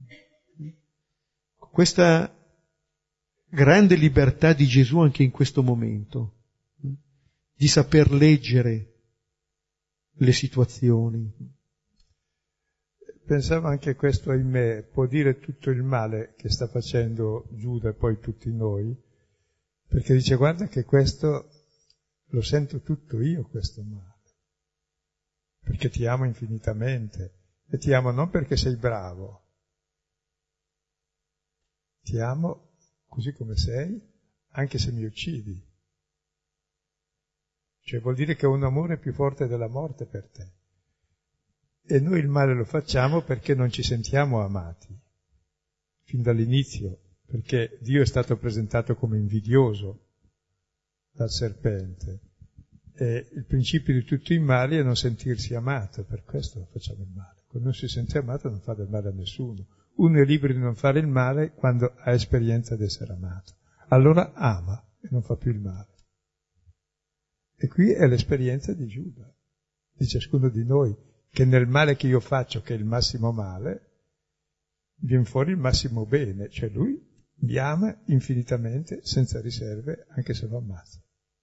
Questa grande libertà di Gesù anche in questo momento, di saper leggere le situazioni. Pensavo anche questo, ahimè, può dire tutto il male che sta facendo Giuda e poi tutti noi, perché dice guarda che questo lo sento tutto io, questo male, perché ti amo infinitamente e ti amo non perché sei bravo, ti amo così come sei, anche se mi uccidi. Cioè vuol dire che ho un amore più forte della morte per te. E noi il male lo facciamo perché non ci sentiamo amati, fin dall'inizio, perché Dio è stato presentato come invidioso dal serpente. E il principio di tutti i mali è non sentirsi amato, per questo facciamo il male. Quando non si sente amato non fa del male a nessuno. Uno è libero di non fare il male quando ha esperienza di essere amato. Allora ama e non fa più il male. E qui è l'esperienza di Giuda, di ciascuno di noi, che nel male che io faccio, che è il massimo male, viene fuori il massimo bene, cioè lui mi ama infinitamente, senza riserve, anche se lo ammazza.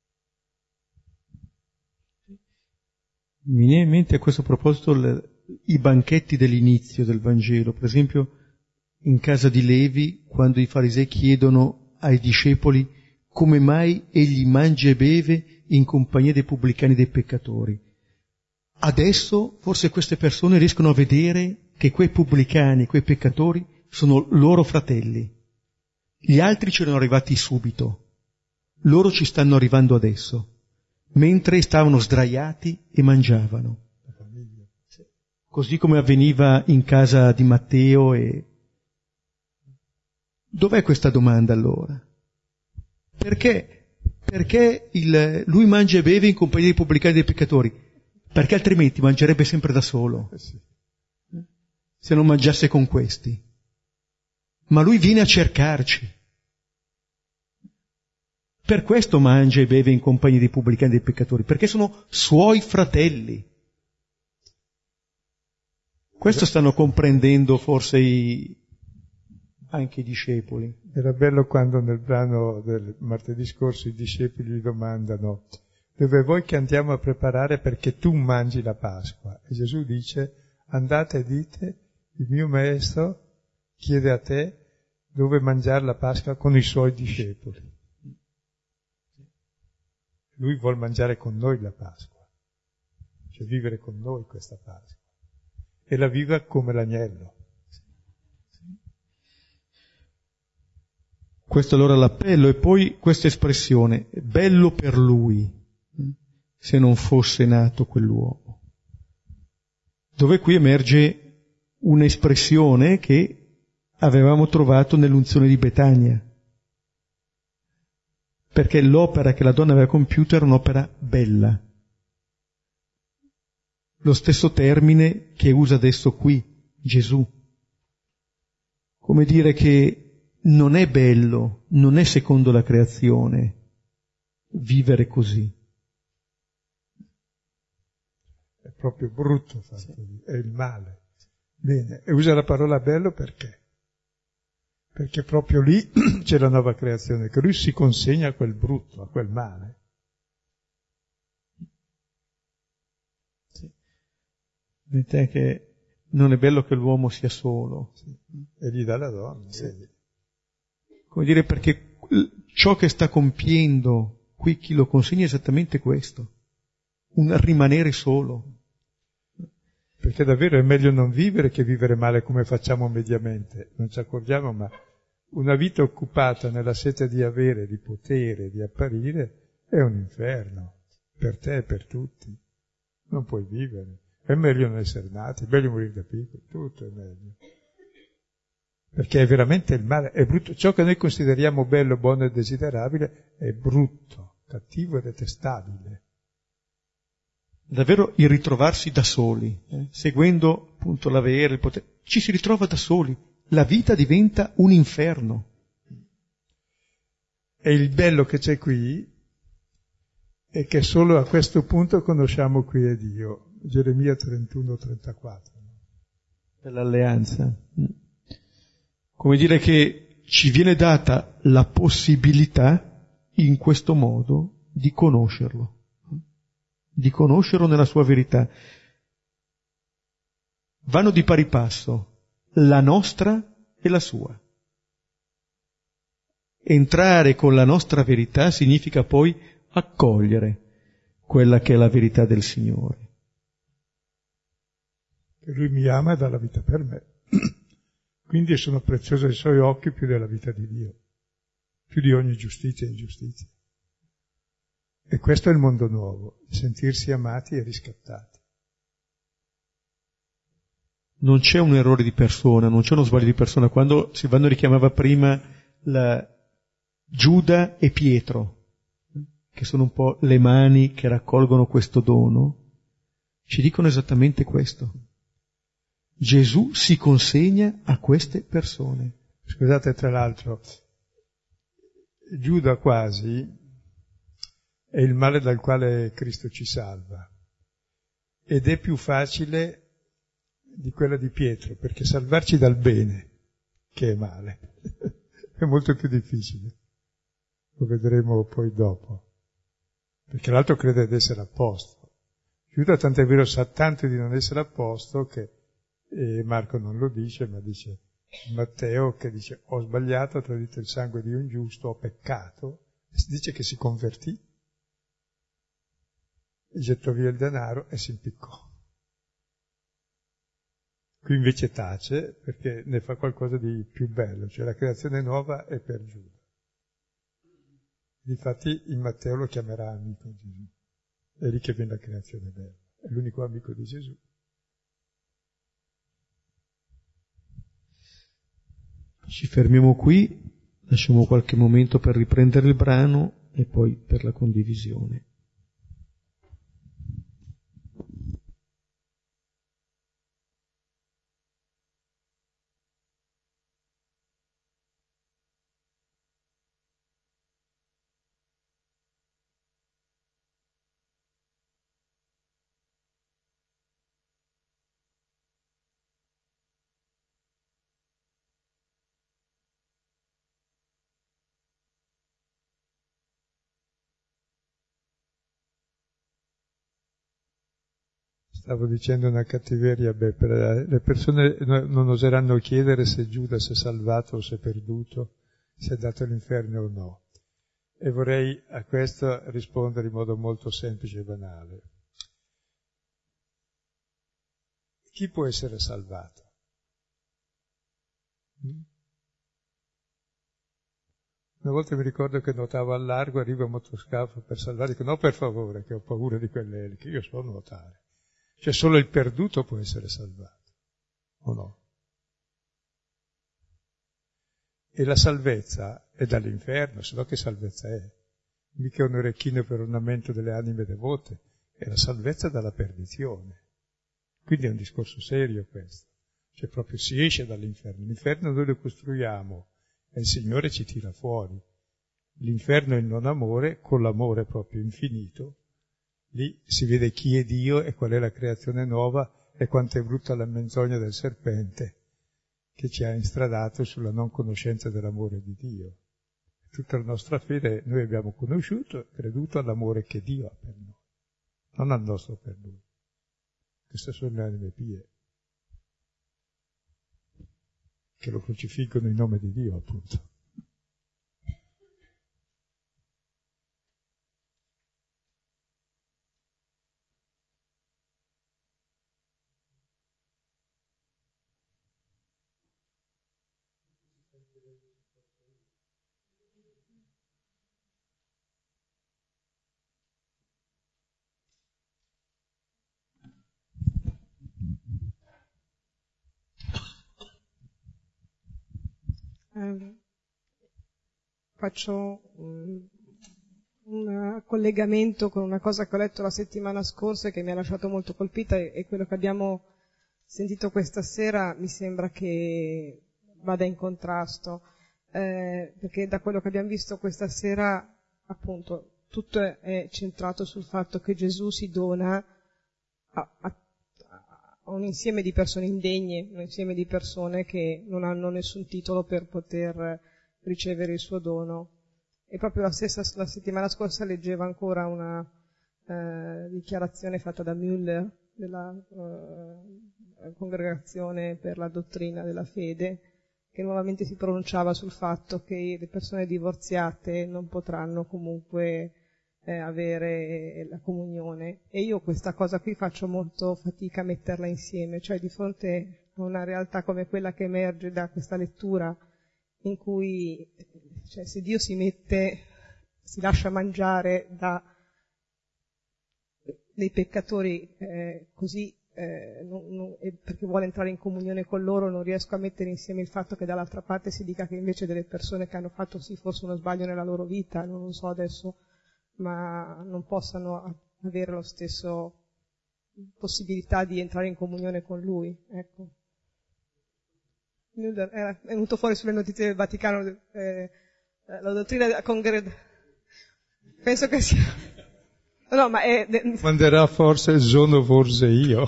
Mi viene in mente a questo proposito le, i banchetti dell'inizio del Vangelo, per esempio in casa di Levi, quando i farisei chiedono ai discepoli come mai egli mangia e beve in compagnia dei pubblicani e dei peccatori. Adesso forse queste persone riescono a vedere che quei pubblicani, quei peccatori sono loro fratelli. Gli altri c'erano arrivati subito, loro ci stanno arrivando adesso, mentre stavano sdraiati e mangiavano. Così come avveniva in casa di Matteo. E dov'è questa domanda allora? Perché? Perché il, lui mangia e beve in compagnia dei pubblicani e dei peccatori? Perché altrimenti mangerebbe sempre da solo, se non mangiasse con questi. Ma lui viene a cercarci. Per questo mangia e beve in compagnia dei pubblicani e dei peccatori, perché sono suoi fratelli. Questo stanno comprendendo forse i, anche i discepoli. Era bello quando nel brano del martedì scorso i discepoli gli domandano: dove vuoi che andiamo a preparare perché tu mangi la Pasqua? E Gesù dice: andate e dite, il mio maestro chiede a te dove mangiare la Pasqua con i suoi discepoli. Lui vuol mangiare con noi la Pasqua, cioè vivere con noi questa Pasqua. E la viva come l'agnello. Questo allora l'appello, e poi questa espressione: bello per lui, se non fosse nato quell'uomo. Dove qui emerge un'espressione che avevamo trovato nell'unzione di Betania, perché l'opera che la donna aveva compiuto era un'opera bella. Lo stesso termine che usa adesso qui Gesù. Come dire che non è bello, non è secondo la creazione vivere così. È proprio brutto, fatto, sì. È il male. Bene, e usa la parola bello perché? Perché proprio lì c'è la nuova creazione, che lui si consegna a quel brutto, a quel male. Sì. Vedete che non è bello che l'uomo sia solo. Sì. E gli dà la donna. Sì. Come dire, perché ciò che sta compiendo qui chi lo consegna è esattamente questo, un rimanere solo. Perché davvero è meglio non vivere che vivere male come facciamo mediamente. Non ci accorgiamo, ma una vita occupata nella sete di avere, di potere, di apparire, è un inferno, per te e per tutti. Non puoi vivere. È meglio non essere nati, è meglio morire da piccoli, tutto è meglio. Perché è veramente il male, è brutto. Ciò che noi consideriamo bello, buono e desiderabile è brutto, cattivo e detestabile. Davvero il ritrovarsi da soli, eh? seguendo appunto l'avere, il potere, ci si ritrova da soli, la vita diventa un inferno. E il bello che c'è qui è che solo a questo punto conosciamo qui è Dio. Geremia trentuno trentaquattro. Per l'alleanza. Come dire che ci viene data la possibilità in questo modo di conoscerlo, di conoscerlo nella sua verità. Vanno di pari passo la nostra e la sua. Entrare con la nostra verità significa poi accogliere quella che è la verità del Signore. Che Lui mi ama e dà la vita per me. Quindi sono preziose ai Suoi occhi più della vita di Dio, più di ogni giustizia e ingiustizia. E questo è il mondo nuovo, sentirsi amati e riscattati. Non c'è un errore di persona, non c'è uno sbaglio di persona. Quando Silvano richiamava prima la Giuda e Pietro, che sono un po' le mani che raccolgono questo dono, ci dicono esattamente questo. Gesù si consegna a queste persone. Scusate, tra l'altro, Giuda quasi è il male dal quale Cristo ci salva ed è più facile di quella di Pietro, perché salvarci dal bene, che è male, è molto più difficile. Lo vedremo poi dopo, perché l'altro crede di essere a posto. Giuda, tant'è vero, sa tanto di non essere a posto che e Marco non lo dice, ma dice Matteo che dice ho sbagliato, ho tradito il sangue di un giusto, ho peccato, e si dice che si convertì, gettò via il denaro e si impiccò. Qui invece tace perché ne fa qualcosa di più bello, cioè la creazione nuova è per Giuda. Difatti in Matteo lo chiamerà amico di Gesù, è lì che viene la creazione bella, è l'unico amico di Gesù. Ci fermiamo qui, lasciamo qualche momento per riprendere il brano e poi per la condivisione. Stavo dicendo una cattiveria, beh, per le persone non oseranno chiedere se Giuda si è salvato o si è perduto, se è dato all'inferno o no. E vorrei a questo rispondere in modo molto semplice e banale. Chi può essere salvato? Una volta mi ricordo che nuotavo al largo, arriva un motoscafo per salvare, dico no per favore, che ho paura di quelle eliche, io so nuotare. Cioè solo il perduto può essere salvato, o no? E la salvezza è dall'inferno, se no che salvezza è? Mica un orecchino per ornamento delle anime devote, è la salvezza dalla perdizione. Quindi è un discorso serio questo, cioè proprio si esce dall'inferno. L'inferno noi lo costruiamo e il Signore ci tira fuori. L'inferno è il non amore, con l'amore proprio infinito. Lì si vede chi è Dio e qual è la creazione nuova e quanto è brutta la menzogna del serpente che ci ha instradato sulla non conoscenza dell'amore di Dio. Tutta la nostra fede noi abbiamo conosciuto e creduto all'amore che Dio ha per noi, non al nostro per Lui. Queste sono le anime pie, che lo crocifiggono in nome di Dio, appunto. eh, faccio um, un collegamento con una cosa che ho letto la settimana scorsa e che mi ha lasciato molto colpita, e, e quello che abbiamo sentito questa sera mi sembra che vada in contrasto, eh, perché da quello che abbiamo visto questa sera, appunto, tutto è, è centrato sul fatto che Gesù si dona a, a, a un insieme di persone indegne, un insieme di persone che non hanno nessun titolo per poter ricevere il suo dono. E proprio la stessa la settimana scorsa leggevo ancora una eh, dichiarazione fatta da Müller della eh, Congregazione per la Dottrina della Fede, che nuovamente si pronunciava sul fatto che le persone divorziate non potranno comunque eh, avere la comunione. E io questa cosa qui faccio molto fatica a metterla insieme, cioè di fronte a una realtà come quella che emerge da questa lettura, in cui, cioè, se Dio si mette, si lascia mangiare da dei peccatori eh, così, eh, non, non, perché vuole entrare in comunione con loro, non riesco a mettere insieme il fatto che dall'altra parte si dica che invece delle persone che hanno fatto sì forse uno sbaglio nella loro vita, non lo so adesso, ma non possano avere lo stesso possibilità di entrare in comunione con Lui, ecco. Era venuto fuori sulle notizie del Vaticano, eh, la dottrina della Congregazione, penso che sia, no, ma è... Manderà forse sono forse io.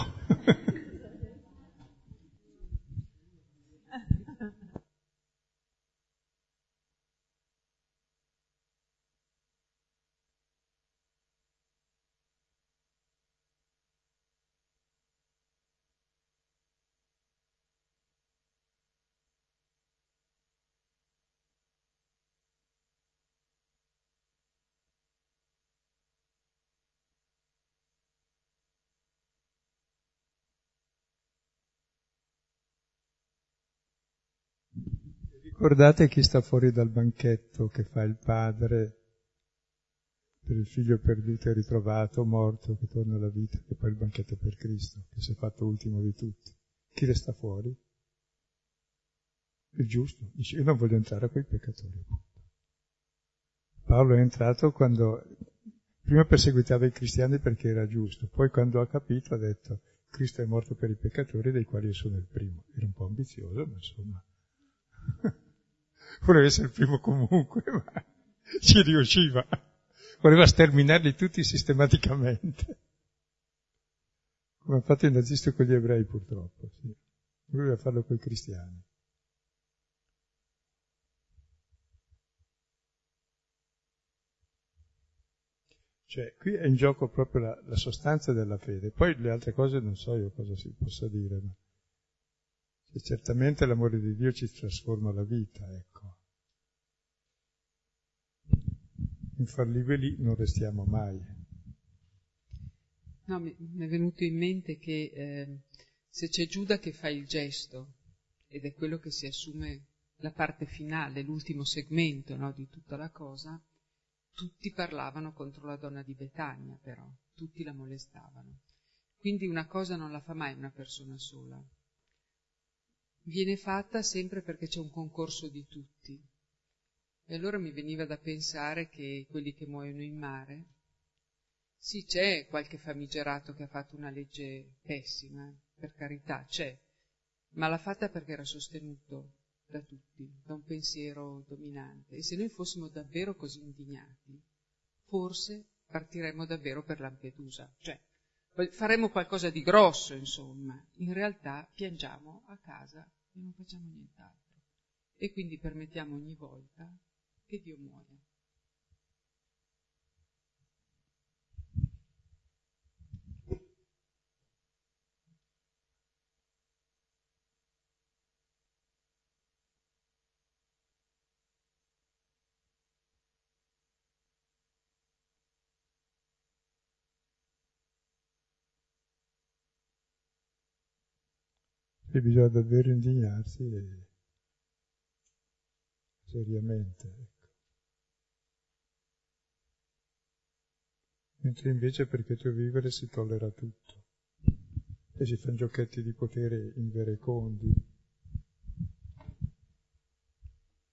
Ricordate chi sta fuori dal banchetto che fa il padre per il figlio perduto e ritrovato, morto, che torna alla vita, che poi il banchetto per Cristo, che si è fatto ultimo di tutti. Chi resta fuori? Il giusto. Dice, io non voglio entrare a quei peccatori. Paolo è entrato quando prima perseguitava i cristiani perché era giusto, poi quando ha capito ha detto Cristo è morto per i peccatori dei quali io sono il primo. Era un po' ambizioso, ma insomma voleva essere il primo comunque, ma ci riusciva. Voleva sterminarli tutti sistematicamente. Come ha fatto i nazisti con gli ebrei, purtroppo. Sì. Lui voleva farlo con i cristiani. Cioè, qui è in gioco proprio la, la sostanza della fede. Poi le altre cose non so io cosa si possa dire, ma cioè, certamente l'amore di Dio ci trasforma la vita, ecco. Infallibili non restiamo mai. No, mi, mi è venuto in mente che eh, se c'è Giuda che fa il gesto, ed è quello che si assume la parte finale, l'ultimo segmento, no, di tutta la cosa, tutti parlavano contro la donna di Betania, però, tutti la molestavano. Quindi una cosa non la fa mai una persona sola. Viene fatta sempre perché c'è un concorso di tutti. E allora mi veniva da pensare che quelli che muoiono in mare, sì, c'è qualche famigerato che ha fatto una legge pessima, per carità, c'è, ma l'ha fatta perché era sostenuto da tutti, da un pensiero dominante. E se noi fossimo davvero così indignati, forse partiremmo davvero per Lampedusa, cioè faremmo qualcosa di grosso, insomma. In realtà piangiamo a casa e non facciamo nient'altro. E quindi permettiamo ogni volta che Dio muoia. E bisogna davvero indignarsi e... seriamente, ecco. Mentre invece per questo vivere si tollera tutto e si fanno giochetti di potere inverecondi.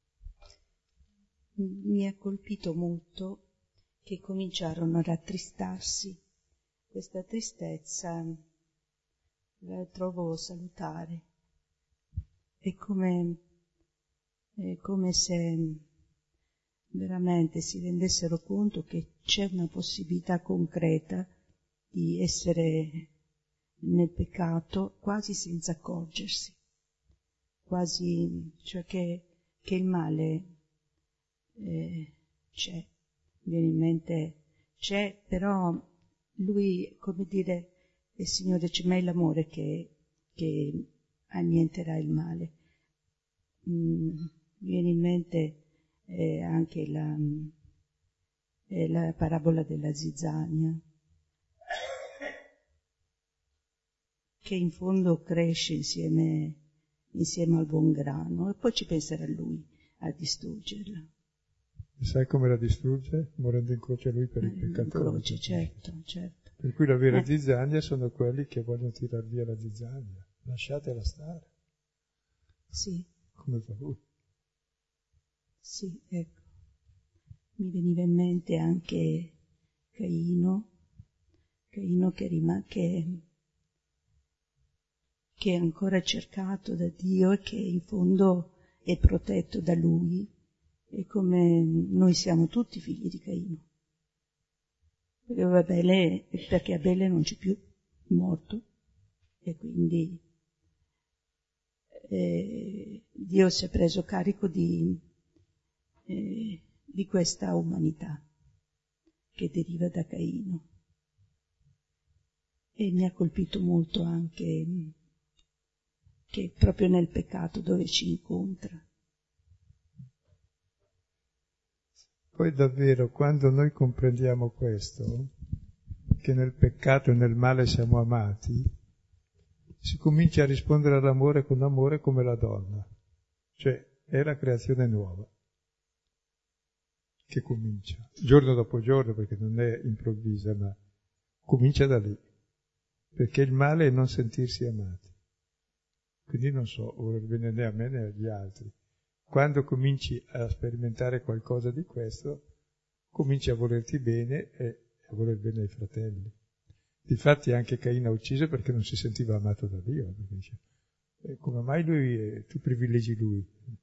mi ha colpito molto che cominciarono a rattristarsi. Questa tristezza la trovo salutare. È come, è come se veramente si rendessero conto che c'è una possibilità concreta di essere nel peccato quasi senza accorgersi, quasi, cioè che, che il male eh, c'è, mi viene in mente, c'è, però lui, come dire, il Signore dice, ma è l'amore che, che annienterà il male. Mm, mi viene in mente eh, anche la, eh, la parabola della zizzania, che in fondo cresce insieme, insieme al buon grano, e poi ci penserà lui a distruggerla. Sai come la distrugge? Morendo in croce lui per eh, i peccatori. In croce, certo, certo. Per cui la vera eh. zizzania sono quelli che vogliono tirar via la zizzania. Lasciatela stare. Sì. Come fa lui. Sì, ecco. Mi veniva in mente anche Caino, Caino che rimane, che, che è ancora cercato da Dio e che in fondo è protetto da Lui, e come noi siamo tutti figli di Caino. Perché Abele, perché Abele non c'è più, morto, e quindi eh, Dio si è preso carico di, eh, di questa umanità che deriva da Caino. E mi ha colpito molto anche che proprio nel peccato dove ci incontra. Poi davvero, quando noi comprendiamo questo, che nel peccato e nel male siamo amati, si comincia a rispondere all'amore con amore come la donna. Cioè, è la creazione nuova che comincia, giorno dopo giorno, perché non è improvvisa, ma comincia da lì. Perché il male è non sentirsi amati. Quindi non so, voler bene né a me né agli altri. Quando cominci a sperimentare qualcosa di questo, cominci a volerti bene e a voler bene ai fratelli. Difatti anche Caino ha ucciso perché non si sentiva amato da Dio. Perché dice, eh, come mai lui, eh, tu privilegi lui?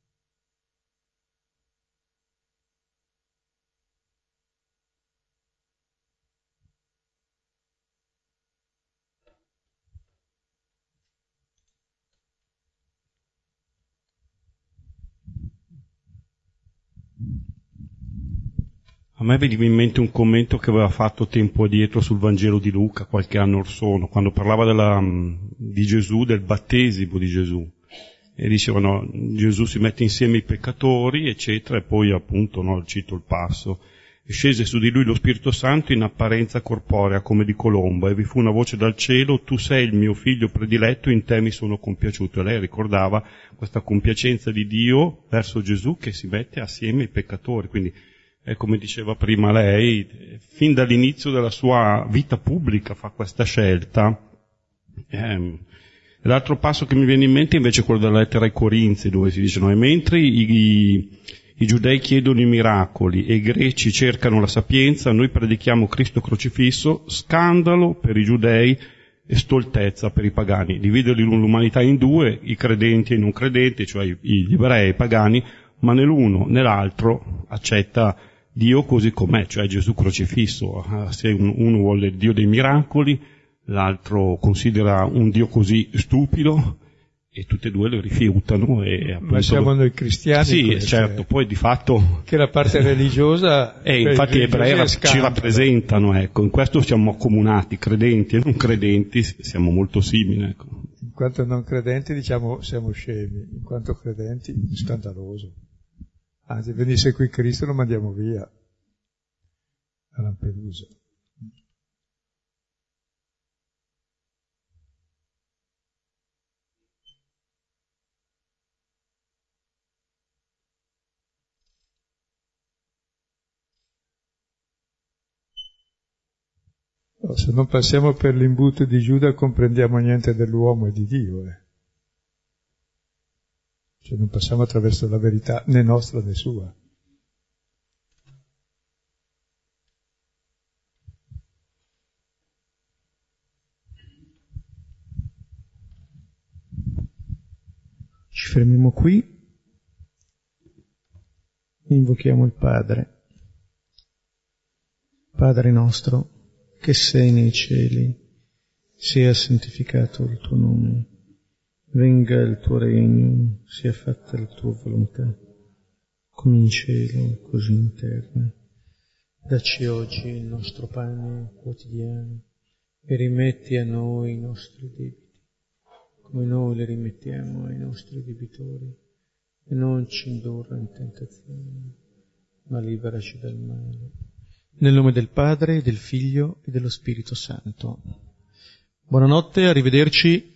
A me veniva in mente un commento che aveva fatto tempo addietro sul Vangelo di Luca, qualche anno or sono, quando parlava della, di Gesù, del battesimo di Gesù. E dicevano, Gesù si mette insieme i peccatori, eccetera, e poi appunto, no, cito il passo, e scese su di lui lo Spirito Santo in apparenza corporea come di colomba, e vi fu una voce dal cielo, tu sei il mio figlio prediletto, in te mi sono compiaciuto. E lei ricordava questa compiacenza di Dio verso Gesù che si mette assieme ai peccatori, quindi e come diceva prima lei, fin dall'inizio della sua vita pubblica fa questa scelta. Eh, l'altro passo che mi viene in mente invece è quello della lettera ai Corinzi, dove si dice, no, e mentre i, i, i giudei chiedono i miracoli e i greci cercano la sapienza, noi predichiamo Cristo crocifisso, scandalo per i giudei e stoltezza per i pagani. Divide l'umanità in due, i credenti e i non credenti, cioè gli ebrei e i pagani, ma nell'uno, nell'altro accetta Dio così com'è, cioè Gesù crocifisso. Se uno vuole il Dio dei miracoli, l'altro considera un Dio così stupido, e tutte e due lo rifiutano. E appunto, ma siamo noi cristiani? Sì, queste, certo, poi di fatto... Che la parte religiosa... E infatti gli ebrei ci rappresentano, ecco, in questo siamo accomunati, credenti e non credenti, siamo molto simili, ecco. In quanto non credenti diciamo siamo scemi, in quanto credenti scandaloso. Anzi, venisse qui Cristo lo mandiamo via a Lampedusa. No, se non passiamo per l'imbuto di Giuda comprendiamo niente dell'uomo e di Dio. Eh. Cioè non passiamo attraverso la verità né nostra né sua. Ci fermiamo qui, invochiamo il Padre. Padre nostro, che sei nei cieli, sia santificato il tuo nome, venga il tuo regno, sia fatta la tua volontà, come in cielo, così in terra. Dacci oggi il nostro pane quotidiano e rimetti a noi i nostri debiti, come noi li rimettiamo ai nostri debitori, e non ci indurre in tentazione, ma liberaci dal male. Nel nome del Padre, del Figlio e dello Spirito Santo. Buonanotte, arrivederci.